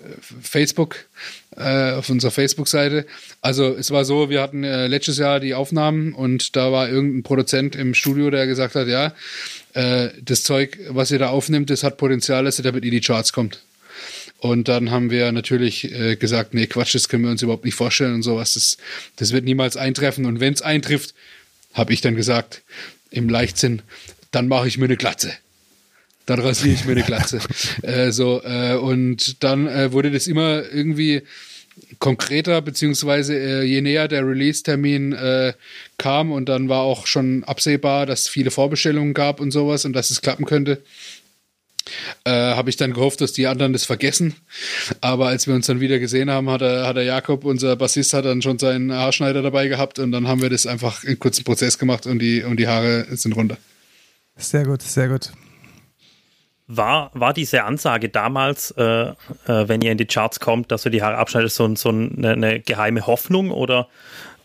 [SPEAKER 4] auf unserer Facebook-Seite. Also es war so, wir hatten letztes Jahr die Aufnahmen und da war irgendein Produzent im Studio, der gesagt hat, ja, das Zeug, was ihr da aufnimmt, das hat Potenzial, dass ihr damit in die Charts kommt. Und dann haben wir natürlich gesagt, nee, Quatsch, das können wir uns überhaupt nicht vorstellen und sowas. Das wird niemals eintreffen. Und wenn es eintrifft, habe ich dann gesagt, im Leichtsinn, dann mache ich mir eine Glatze. Dann rasiere ich mir eine Glatze. Und dann wurde das immer irgendwie konkreter, beziehungsweise je näher der Release-Termin kam und dann war auch schon absehbar, dass es viele Vorbestellungen gab und sowas und dass es klappen könnte. Habe ich dann gehofft, dass die anderen das vergessen. Aber als wir uns dann wieder gesehen haben, hat der Jakob, unser Bassist, hat dann schon seinen Haarschneider dabei gehabt und dann haben wir das einfach in kurzen Prozess gemacht und die Haare sind runter.
[SPEAKER 2] Sehr gut, sehr gut.
[SPEAKER 5] War diese Ansage damals, wenn ihr in die Charts kommt, dass du die Haare abschneidest, so eine geheime Hoffnung oder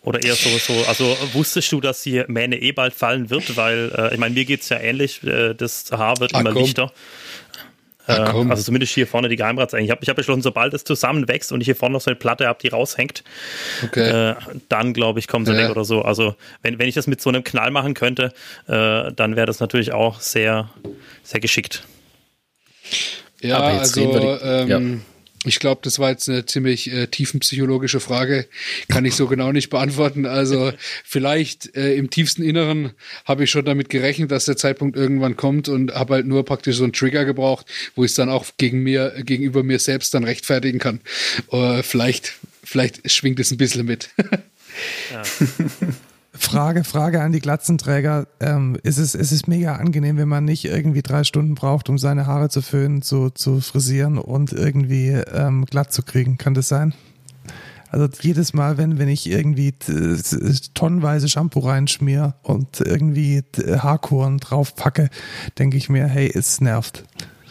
[SPEAKER 5] Oder eher so, also wusstest du, dass die Mähne bald fallen wird? Weil, ich meine, mir geht's ja ähnlich, das Haar wird immer lichter. Also zumindest hier vorne die Geheimratsecken. Ich hab beschlossen, sobald es zusammenwächst und ich hier vorne noch so eine Platte habe, die raushängt, dann glaube ich, kommen sie weg oder so. Also wenn ich das mit so einem Knall machen könnte, dann wäre das natürlich auch sehr, sehr geschickt.
[SPEAKER 4] Ja, also ich glaube, das war jetzt eine ziemlich tiefenpsychologische Frage. Kann ich so genau nicht beantworten. Also vielleicht im tiefsten Inneren habe ich schon damit gerechnet, dass der Zeitpunkt irgendwann kommt und habe halt nur praktisch so einen Trigger gebraucht, wo ich es dann auch gegenüber mir selbst dann rechtfertigen kann. Vielleicht schwingt es ein bisschen mit.
[SPEAKER 5] Ja.
[SPEAKER 2] Frage an die Glatzenträger. Ist es mega angenehm, wenn man nicht irgendwie 3 Stunden braucht, um seine Haare zu föhnen, zu frisieren und irgendwie glatt zu kriegen? Kann das sein? Also jedes Mal, wenn ich irgendwie tonnenweise Shampoo reinschmier und irgendwie Haarkuren drauf packe, denke ich mir, hey, es nervt.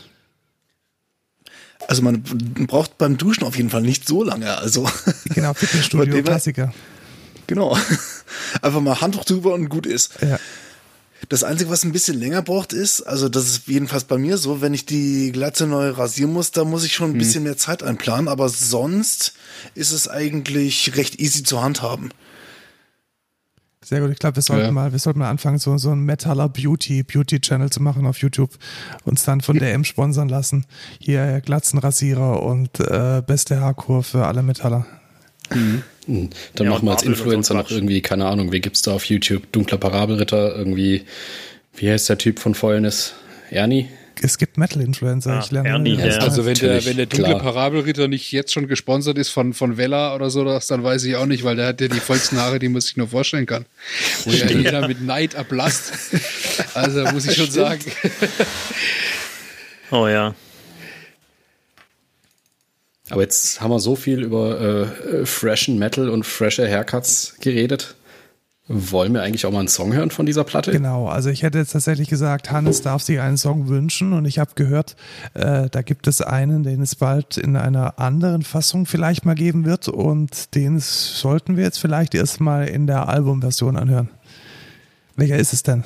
[SPEAKER 1] Also man braucht beim Duschen auf jeden Fall nicht so lange. Also
[SPEAKER 2] genau, Fitnessstudio, Klassiker.
[SPEAKER 1] Genau. Einfach mal Handtuch drüber und gut ist.
[SPEAKER 2] Ja.
[SPEAKER 1] Das Einzige, was ein bisschen länger braucht, ist, also das ist jedenfalls bei mir so, wenn ich die Glatze neu rasieren muss, da muss ich schon ein bisschen mehr Zeit einplanen, aber sonst ist es eigentlich recht easy zu handhaben.
[SPEAKER 2] Sehr gut, ich glaube, wir sollten mal anfangen, so einen Metaller Beauty-Channel zu machen auf YouTube, uns dann von DM sponsern lassen. Hier Glatzenrasierer und beste Haarkur für alle Metaller.
[SPEAKER 3] Dann machen wir als Influencer noch irgendwie, keine Ahnung, wie gibt's da auf YouTube? Dunkler Parabelritter, irgendwie, wie heißt der Typ von Fäulnis? Ernie?
[SPEAKER 2] Es gibt Metal-Influencer, ich lerne.
[SPEAKER 5] Ernie,
[SPEAKER 4] also wenn der dunkle Parabelritter nicht jetzt schon gesponsert ist von Vella oder so, dann weiß ich auch nicht, weil der hat ja die vollsten Haare, die man sich nur vorstellen kann. Wo ja jeder mit Neid ablasst. Also muss ich schon sagen.
[SPEAKER 5] Oh ja.
[SPEAKER 3] Aber jetzt haben wir so viel über freshen Metal und fresher Haircuts geredet. Wollen wir eigentlich auch mal einen Song hören von dieser Platte?
[SPEAKER 2] Genau, also ich hätte jetzt tatsächlich gesagt, Hannes darf sich einen Song wünschen und ich habe gehört, da gibt es einen, den es bald in einer anderen Fassung vielleicht mal geben wird und den sollten wir jetzt vielleicht erstmal in der Albumversion anhören. Welcher ist es denn?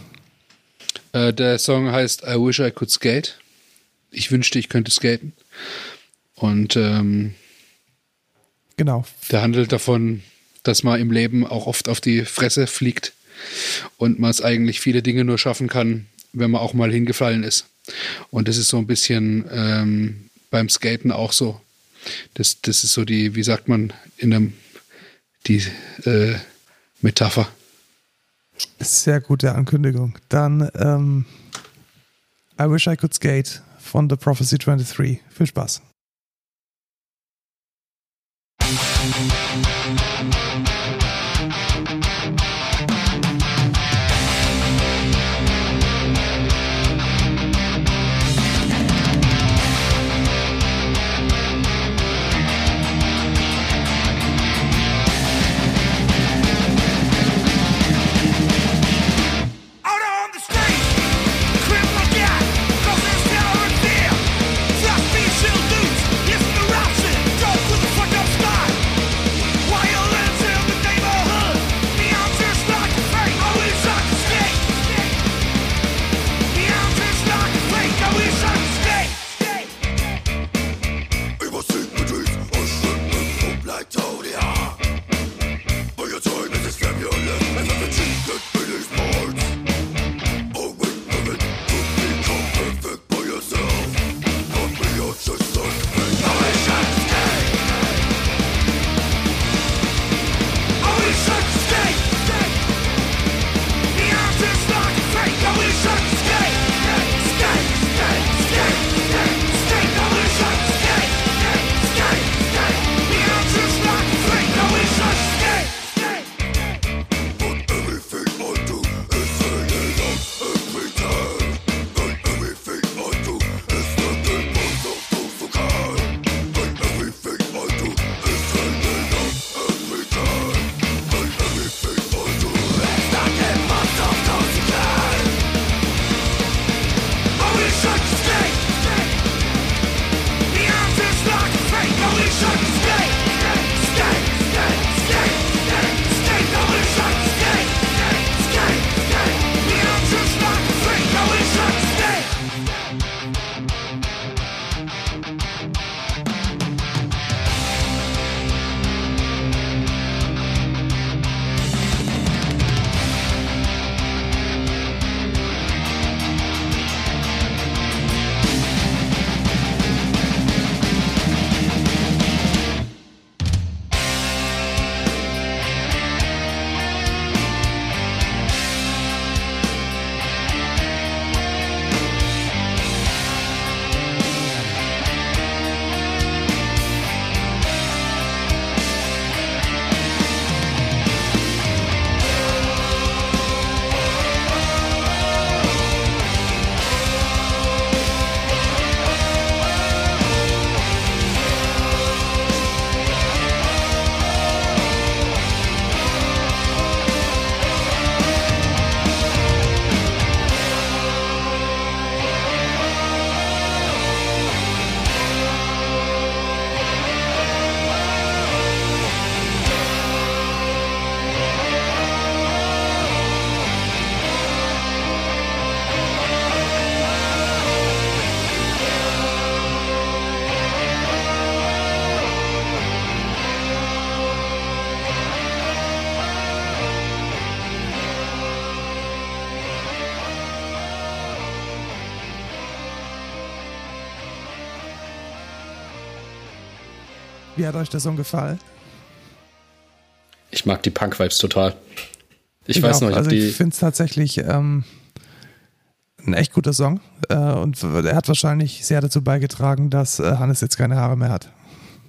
[SPEAKER 4] Der Song heißt I Wish I Could Skate. Ich wünschte, ich könnte skaten. Und
[SPEAKER 2] genau.
[SPEAKER 4] Der handelt davon, dass man im Leben auch oft auf die Fresse fliegt und man es eigentlich viele Dinge nur schaffen kann, wenn man auch mal hingefallen ist. Und das ist so ein bisschen beim Skaten auch so. Das ist so die, wie sagt man, die Metapher.
[SPEAKER 2] Sehr gute Ankündigung. Dann I Wish I Could Skate von The Prophecy 23. Viel Spaß.
[SPEAKER 6] Violence and
[SPEAKER 2] Wie hat euch der Song gefallen?
[SPEAKER 3] Ich mag die Punk-Vibes total. Ich weiß noch,
[SPEAKER 2] ich finde es tatsächlich ein echt guter Song und er hat wahrscheinlich sehr dazu beigetragen, dass Hannes jetzt keine Haare mehr hat.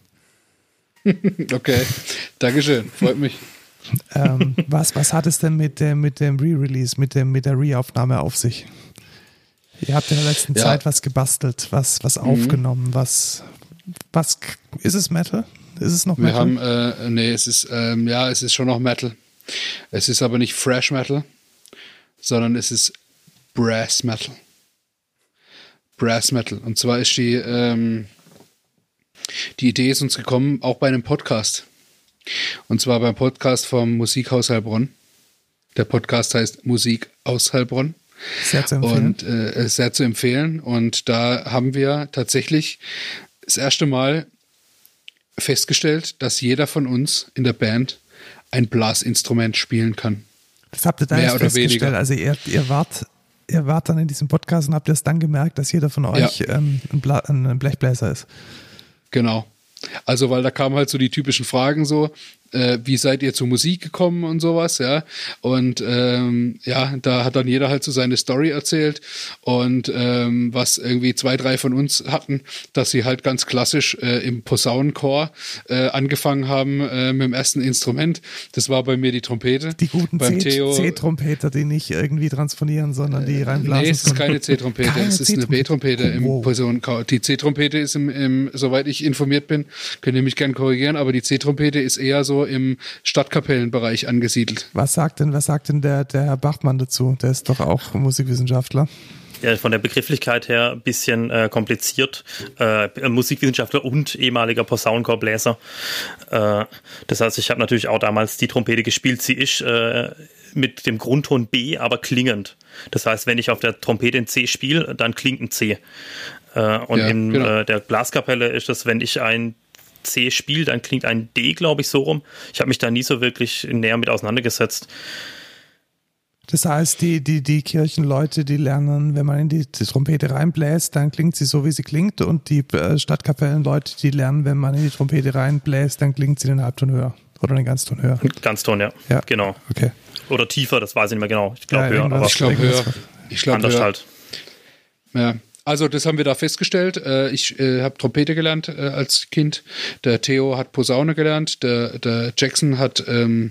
[SPEAKER 4] Okay, Dankeschön, freut mich.
[SPEAKER 2] Was hat es denn mit dem Re-Release, mit der Re-Aufnahme auf sich? Ihr habt in der letzten Zeit was gebastelt, was aufgenommen, was ist es Metal? Ist es noch Metal?
[SPEAKER 4] Wir haben, es ist schon noch Metal. Es ist aber nicht Thrash Metal, sondern es ist Brass Metal. Brass Metal. Und zwar ist die Idee ist uns gekommen, auch bei einem Podcast. Und zwar beim Podcast vom Musikhaus Heilbronn. Der Podcast heißt Musik aus Heilbronn.
[SPEAKER 2] Sehr zu empfehlen.
[SPEAKER 4] Und sehr zu empfehlen. Und da haben wir tatsächlich das erste Mal festgestellt, dass jeder von uns in der Band ein Blasinstrument spielen kann.
[SPEAKER 2] Das habt ihr da
[SPEAKER 4] mehr
[SPEAKER 2] jetzt
[SPEAKER 4] oder
[SPEAKER 2] festgestellt.
[SPEAKER 4] weniger.
[SPEAKER 2] Also ihr wart dann in diesem Podcast und habt erst dann gemerkt, dass jeder von euch ein Blechbläser ist.
[SPEAKER 4] Genau. Also, weil da kamen halt so die typischen Fragen so, wie seid ihr zur Musik gekommen und sowas, ja. Und da hat dann jeder halt so seine Story erzählt und was irgendwie 2, 3 von uns hatten, dass sie halt ganz klassisch im Posaunenchor angefangen haben mit dem ersten Instrument. Das war bei mir die Trompete.
[SPEAKER 2] Die guten C-Trompeter, die nicht irgendwie transponieren, sondern die reinblasen.
[SPEAKER 4] Nee, es ist keine C-Trompete, es ist eine B-Trompete im Posaunenchor. Die C-Trompete ist soweit ich informiert bin, könnt ihr mich gerne korrigieren, aber die C-Trompete ist eher so im Stadtkapellenbereich angesiedelt.
[SPEAKER 2] Was sagt denn der Herr Bachmann dazu? Der ist doch auch Musikwissenschaftler.
[SPEAKER 5] Ja, von der Begrifflichkeit her ein bisschen kompliziert. Musikwissenschaftler und ehemaliger Posaunenchorbläser. Das heißt, ich habe natürlich auch damals die Trompete gespielt. Sie ist mit dem Grundton B, aber klingend. Das heißt, wenn ich auf der Trompete ein C spiele, dann klingt ein C. Und der Blaskapelle ist das, wenn ich ein C spiele, dann klingt ein D, glaube ich, so rum. Ich habe mich da nie so wirklich näher mit auseinandergesetzt.
[SPEAKER 2] Das heißt, die Kirchenleute, die lernen, wenn man in die Trompete reinbläst, dann klingt sie so, wie sie klingt. Und die Stadtkapellenleute, die lernen, wenn man in die Trompete reinbläst, dann klingt sie den Halbton höher. Oder den Ganzton höher.
[SPEAKER 5] Ganzton, ja. Genau.
[SPEAKER 2] Okay.
[SPEAKER 5] Oder tiefer, das weiß ich nicht mehr genau. Ich glaube höher.
[SPEAKER 4] Aber ich glaube höher.
[SPEAKER 5] Anders höher. Halt.
[SPEAKER 4] Ja. Also das haben wir da festgestellt. Ich habe Trompete gelernt als Kind. Der Theo hat Posaune gelernt. Der Jackson hat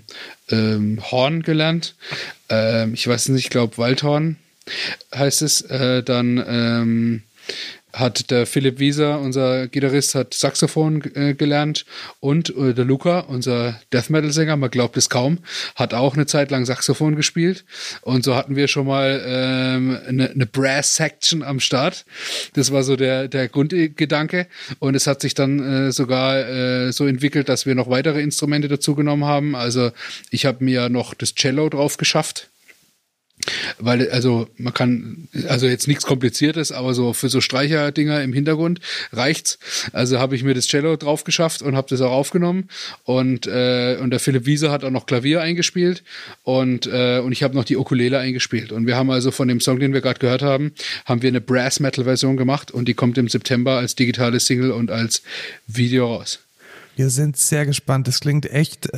[SPEAKER 4] Horn gelernt. Ich weiß nicht, ich glaube Waldhorn heißt es. Dann hat der Philipp Wieser, unser Gitarrist, hat Saxophon gelernt und der Luca, unser Death Metal Sänger, man glaubt es kaum, hat auch eine Zeit lang Saxophon gespielt und so hatten wir schon mal eine Brass Section am Start. Das war so der Grundgedanke und es hat sich dann sogar so entwickelt, dass wir noch weitere Instrumente dazu genommen haben. Also ich habe mir noch das Cello drauf geschafft. Weil, man kann, jetzt nichts Kompliziertes, aber so für so Streicherdinger im Hintergrund reicht's. Also habe ich mir das Cello drauf geschafft und habe das auch aufgenommen. Und der Philipp Wieser hat auch noch Klavier eingespielt und ich habe noch die Ukulele eingespielt. Und wir haben also von dem Song, den wir gerade gehört haben, wir eine Brass-Metal-Version gemacht und die kommt im September als digitale Single und als Video raus.
[SPEAKER 2] Wir sind sehr gespannt. Das klingt echt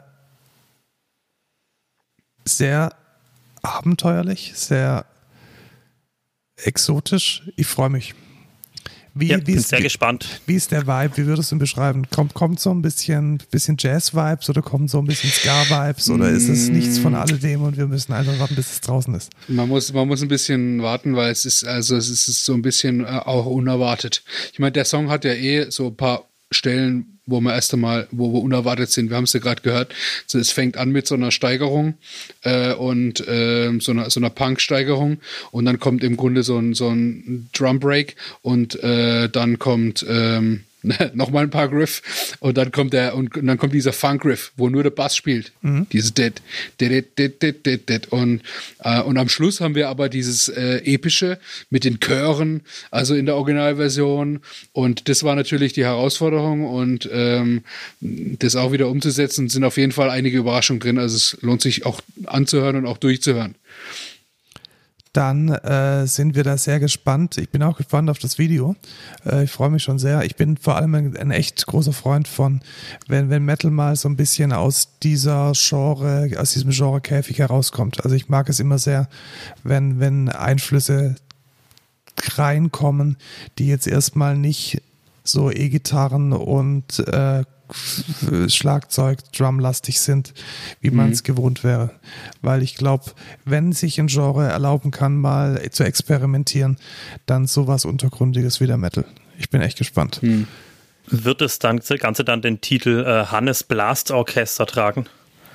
[SPEAKER 2] sehr abenteuerlich, sehr exotisch. Ich freue mich.
[SPEAKER 5] Bin sehr gespannt.
[SPEAKER 2] Wie ist der Vibe? Wie würdest du ihn beschreiben? Kommt so ein bisschen Jazz-Vibes oder kommt so ein bisschen Ska-Vibes oder ist es nichts von alledem und wir müssen einfach warten, bis es draußen ist?
[SPEAKER 4] Man muss ein bisschen warten, weil es ist so ein bisschen auch unerwartet. Ich meine, der Song hat ja so ein paar Stellen, wo wir wo wir unerwartet sind. Wir haben es ja gerade gehört. So, es fängt an mit so einer Steigerung und so einer Punk-Steigerung und dann kommt im Grunde so ein Drum-Break und dann kommt nochmal ein paar Griff und dann kommt dieser Funk-Riff, wo nur der Bass spielt. Dieses Dead. Und am Schluss haben wir aber dieses Epische mit den Chören, also in der Originalversion. Und das war natürlich die Herausforderung und das auch wieder umzusetzen, sind auf jeden Fall einige Überraschungen drin. Also es lohnt sich auch anzuhören und auch durchzuhören.
[SPEAKER 2] dann sind wir da sehr gespannt. Ich bin auch gespannt auf das Video. Ich freue mich schon sehr. Ich bin vor allem ein echt großer Freund von, wenn Metal mal so ein bisschen aus diesem Genre-Käfig herauskommt. Also ich mag es immer sehr, wenn Einflüsse reinkommen, die jetzt erstmal nicht so E-Gitarren und Schlagzeug, Drumlastig sind, wie man es gewohnt wäre. Weil ich glaube, wenn sich ein Genre erlauben kann, mal zu experimentieren, dann sowas Untergründiges wie der Metal. Ich bin echt gespannt.
[SPEAKER 5] Wird das Ganze dann den Titel Hannes Blast Orchester tragen?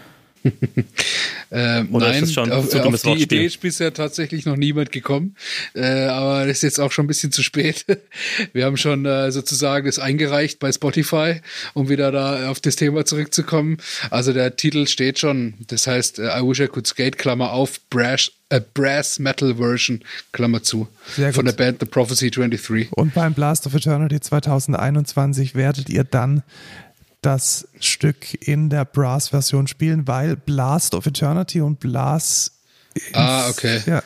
[SPEAKER 4] Oder
[SPEAKER 5] nein,
[SPEAKER 4] ist das
[SPEAKER 5] schon
[SPEAKER 4] auf
[SPEAKER 5] zu dummes
[SPEAKER 4] die
[SPEAKER 5] Wortspiel?
[SPEAKER 4] Idee ist bisher tatsächlich noch niemand gekommen, aber das ist jetzt auch schon ein bisschen zu spät. Wir haben schon sozusagen das eingereicht bei Spotify, um wieder da auf das Thema zurückzukommen. Also der Titel steht schon, das heißt I Wish I Could Skate, Klammer auf, Brass Metal Version, Klammer zu, von der Band The Prophecy 23.
[SPEAKER 2] Und beim Blast of Eternity 2021 werdet ihr dann das Stück in der Brass-Version spielen, weil Blast of Eternity und Blast...
[SPEAKER 4] okay.
[SPEAKER 2] Ja.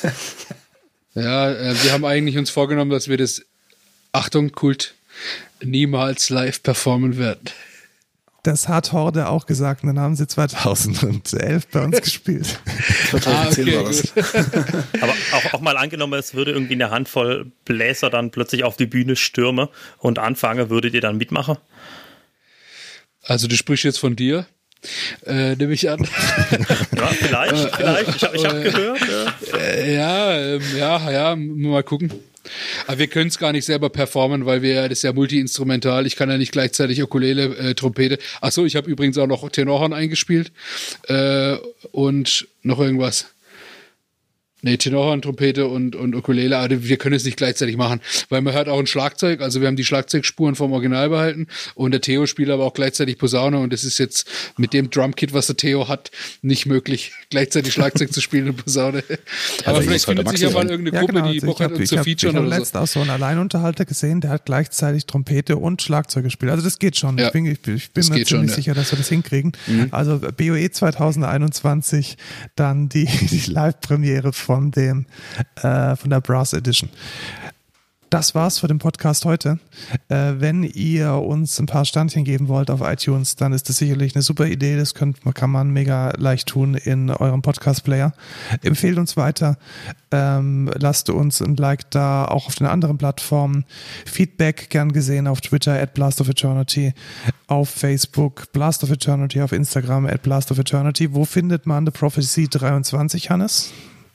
[SPEAKER 4] Ja, wir haben eigentlich uns vorgenommen, dass wir das, Achtung, Kult, niemals live performen werden.
[SPEAKER 2] Das hat Horde auch gesagt und dann haben sie 2011 bei uns gespielt.
[SPEAKER 1] 2010 war das.
[SPEAKER 5] Aber auch mal angenommen, es würde irgendwie eine Handvoll Bläser dann plötzlich auf die Bühne stürmen und anfangen, würdet ihr dann mitmachen?
[SPEAKER 4] Also du sprichst jetzt von dir, nehme ich an.
[SPEAKER 5] Ja, vielleicht. Ich hab gehört.
[SPEAKER 4] Ja, mal gucken. Aber wir können es gar nicht selber performen, weil das ist ja multi-instrumental. Ich kann ja nicht gleichzeitig Ukulele, Trompete. Achso, ich habe übrigens auch noch Tenorhorn eingespielt und noch irgendwas. Nee, Tenorhorn, Trompete und Ukulele, aber wir können es nicht gleichzeitig machen, weil man hört auch ein Schlagzeug, also wir haben die Schlagzeugspuren vom Original behalten und der Theo spielt aber auch gleichzeitig Posaune und es ist jetzt mit dem Drumkit, was der Theo hat, nicht möglich, gleichzeitig Schlagzeug zu spielen und Posaune. Aber vielleicht findet sich ja mal irgendeine Gruppe, die Bock hat, uns zu featuren oder so.
[SPEAKER 2] Ich habe letztens auch so einen Alleinunterhalter gesehen, der hat gleichzeitig Trompete und Schlagzeug gespielt, also das geht schon. Ja, ich bin mir ziemlich sicher, dass wir das hinkriegen. Also BOE 2021, dann die Live-Premiere von der Brass Edition. Das war's für den Podcast heute. Wenn ihr uns ein paar Sternchen geben wollt auf iTunes, dann ist das sicherlich eine super Idee. Das kann man mega leicht tun in eurem Podcast-Player. Empfehlt uns weiter. Lasst uns ein Like da, auch auf den anderen Plattformen. Feedback gern gesehen auf Twitter @blastofeternity, auf Facebook Blast of Eternity, auf Instagram @blastofeternity. Wo findet man The Prophecy 23, Hannes?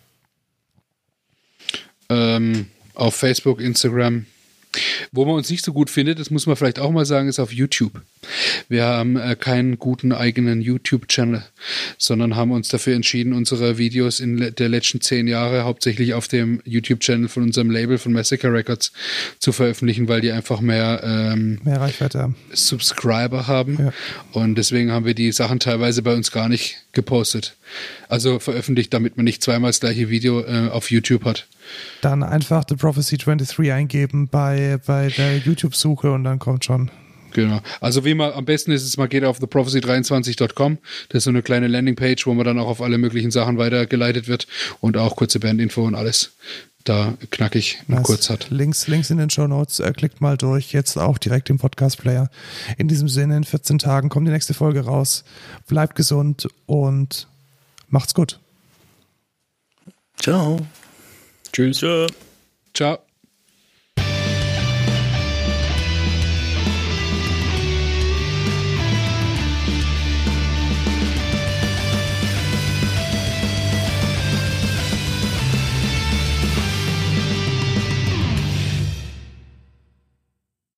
[SPEAKER 4] Auf Facebook, Instagram. Wo man uns nicht so gut findet, das muss man vielleicht auch mal sagen, ist auf YouTube. Wir haben keinen guten eigenen YouTube-Channel, sondern haben uns dafür entschieden, unsere Videos in der letzten 10 Jahre hauptsächlich auf dem YouTube-Channel von unserem Label von Massacre Records zu veröffentlichen, weil die einfach mehr
[SPEAKER 2] Reichweite haben.
[SPEAKER 4] Subscriber haben.
[SPEAKER 2] Ja.
[SPEAKER 4] Und deswegen haben wir die Sachen teilweise bei uns gar nicht gepostet. Also veröffentlicht, damit man nicht zweimal das gleiche Video auf YouTube hat.
[SPEAKER 2] Dann einfach The Prophecy 23 eingeben bei der YouTube-Suche und dann kommt schon.
[SPEAKER 4] Genau. Also wie man am besten ist es, man geht auf theprophecy23.com. Das ist so eine kleine Landingpage, wo man dann auch auf alle möglichen Sachen weitergeleitet wird und auch kurze Bandinfo und alles da knackig und kurz hat.
[SPEAKER 2] Links in den Shownotes, klickt mal durch, jetzt auch direkt im Podcast-Player. In diesem Sinne, in 14 Tagen kommt die nächste Folge raus. Bleibt gesund und macht's gut.
[SPEAKER 1] Ciao.
[SPEAKER 3] Tschüss.
[SPEAKER 4] Ciao.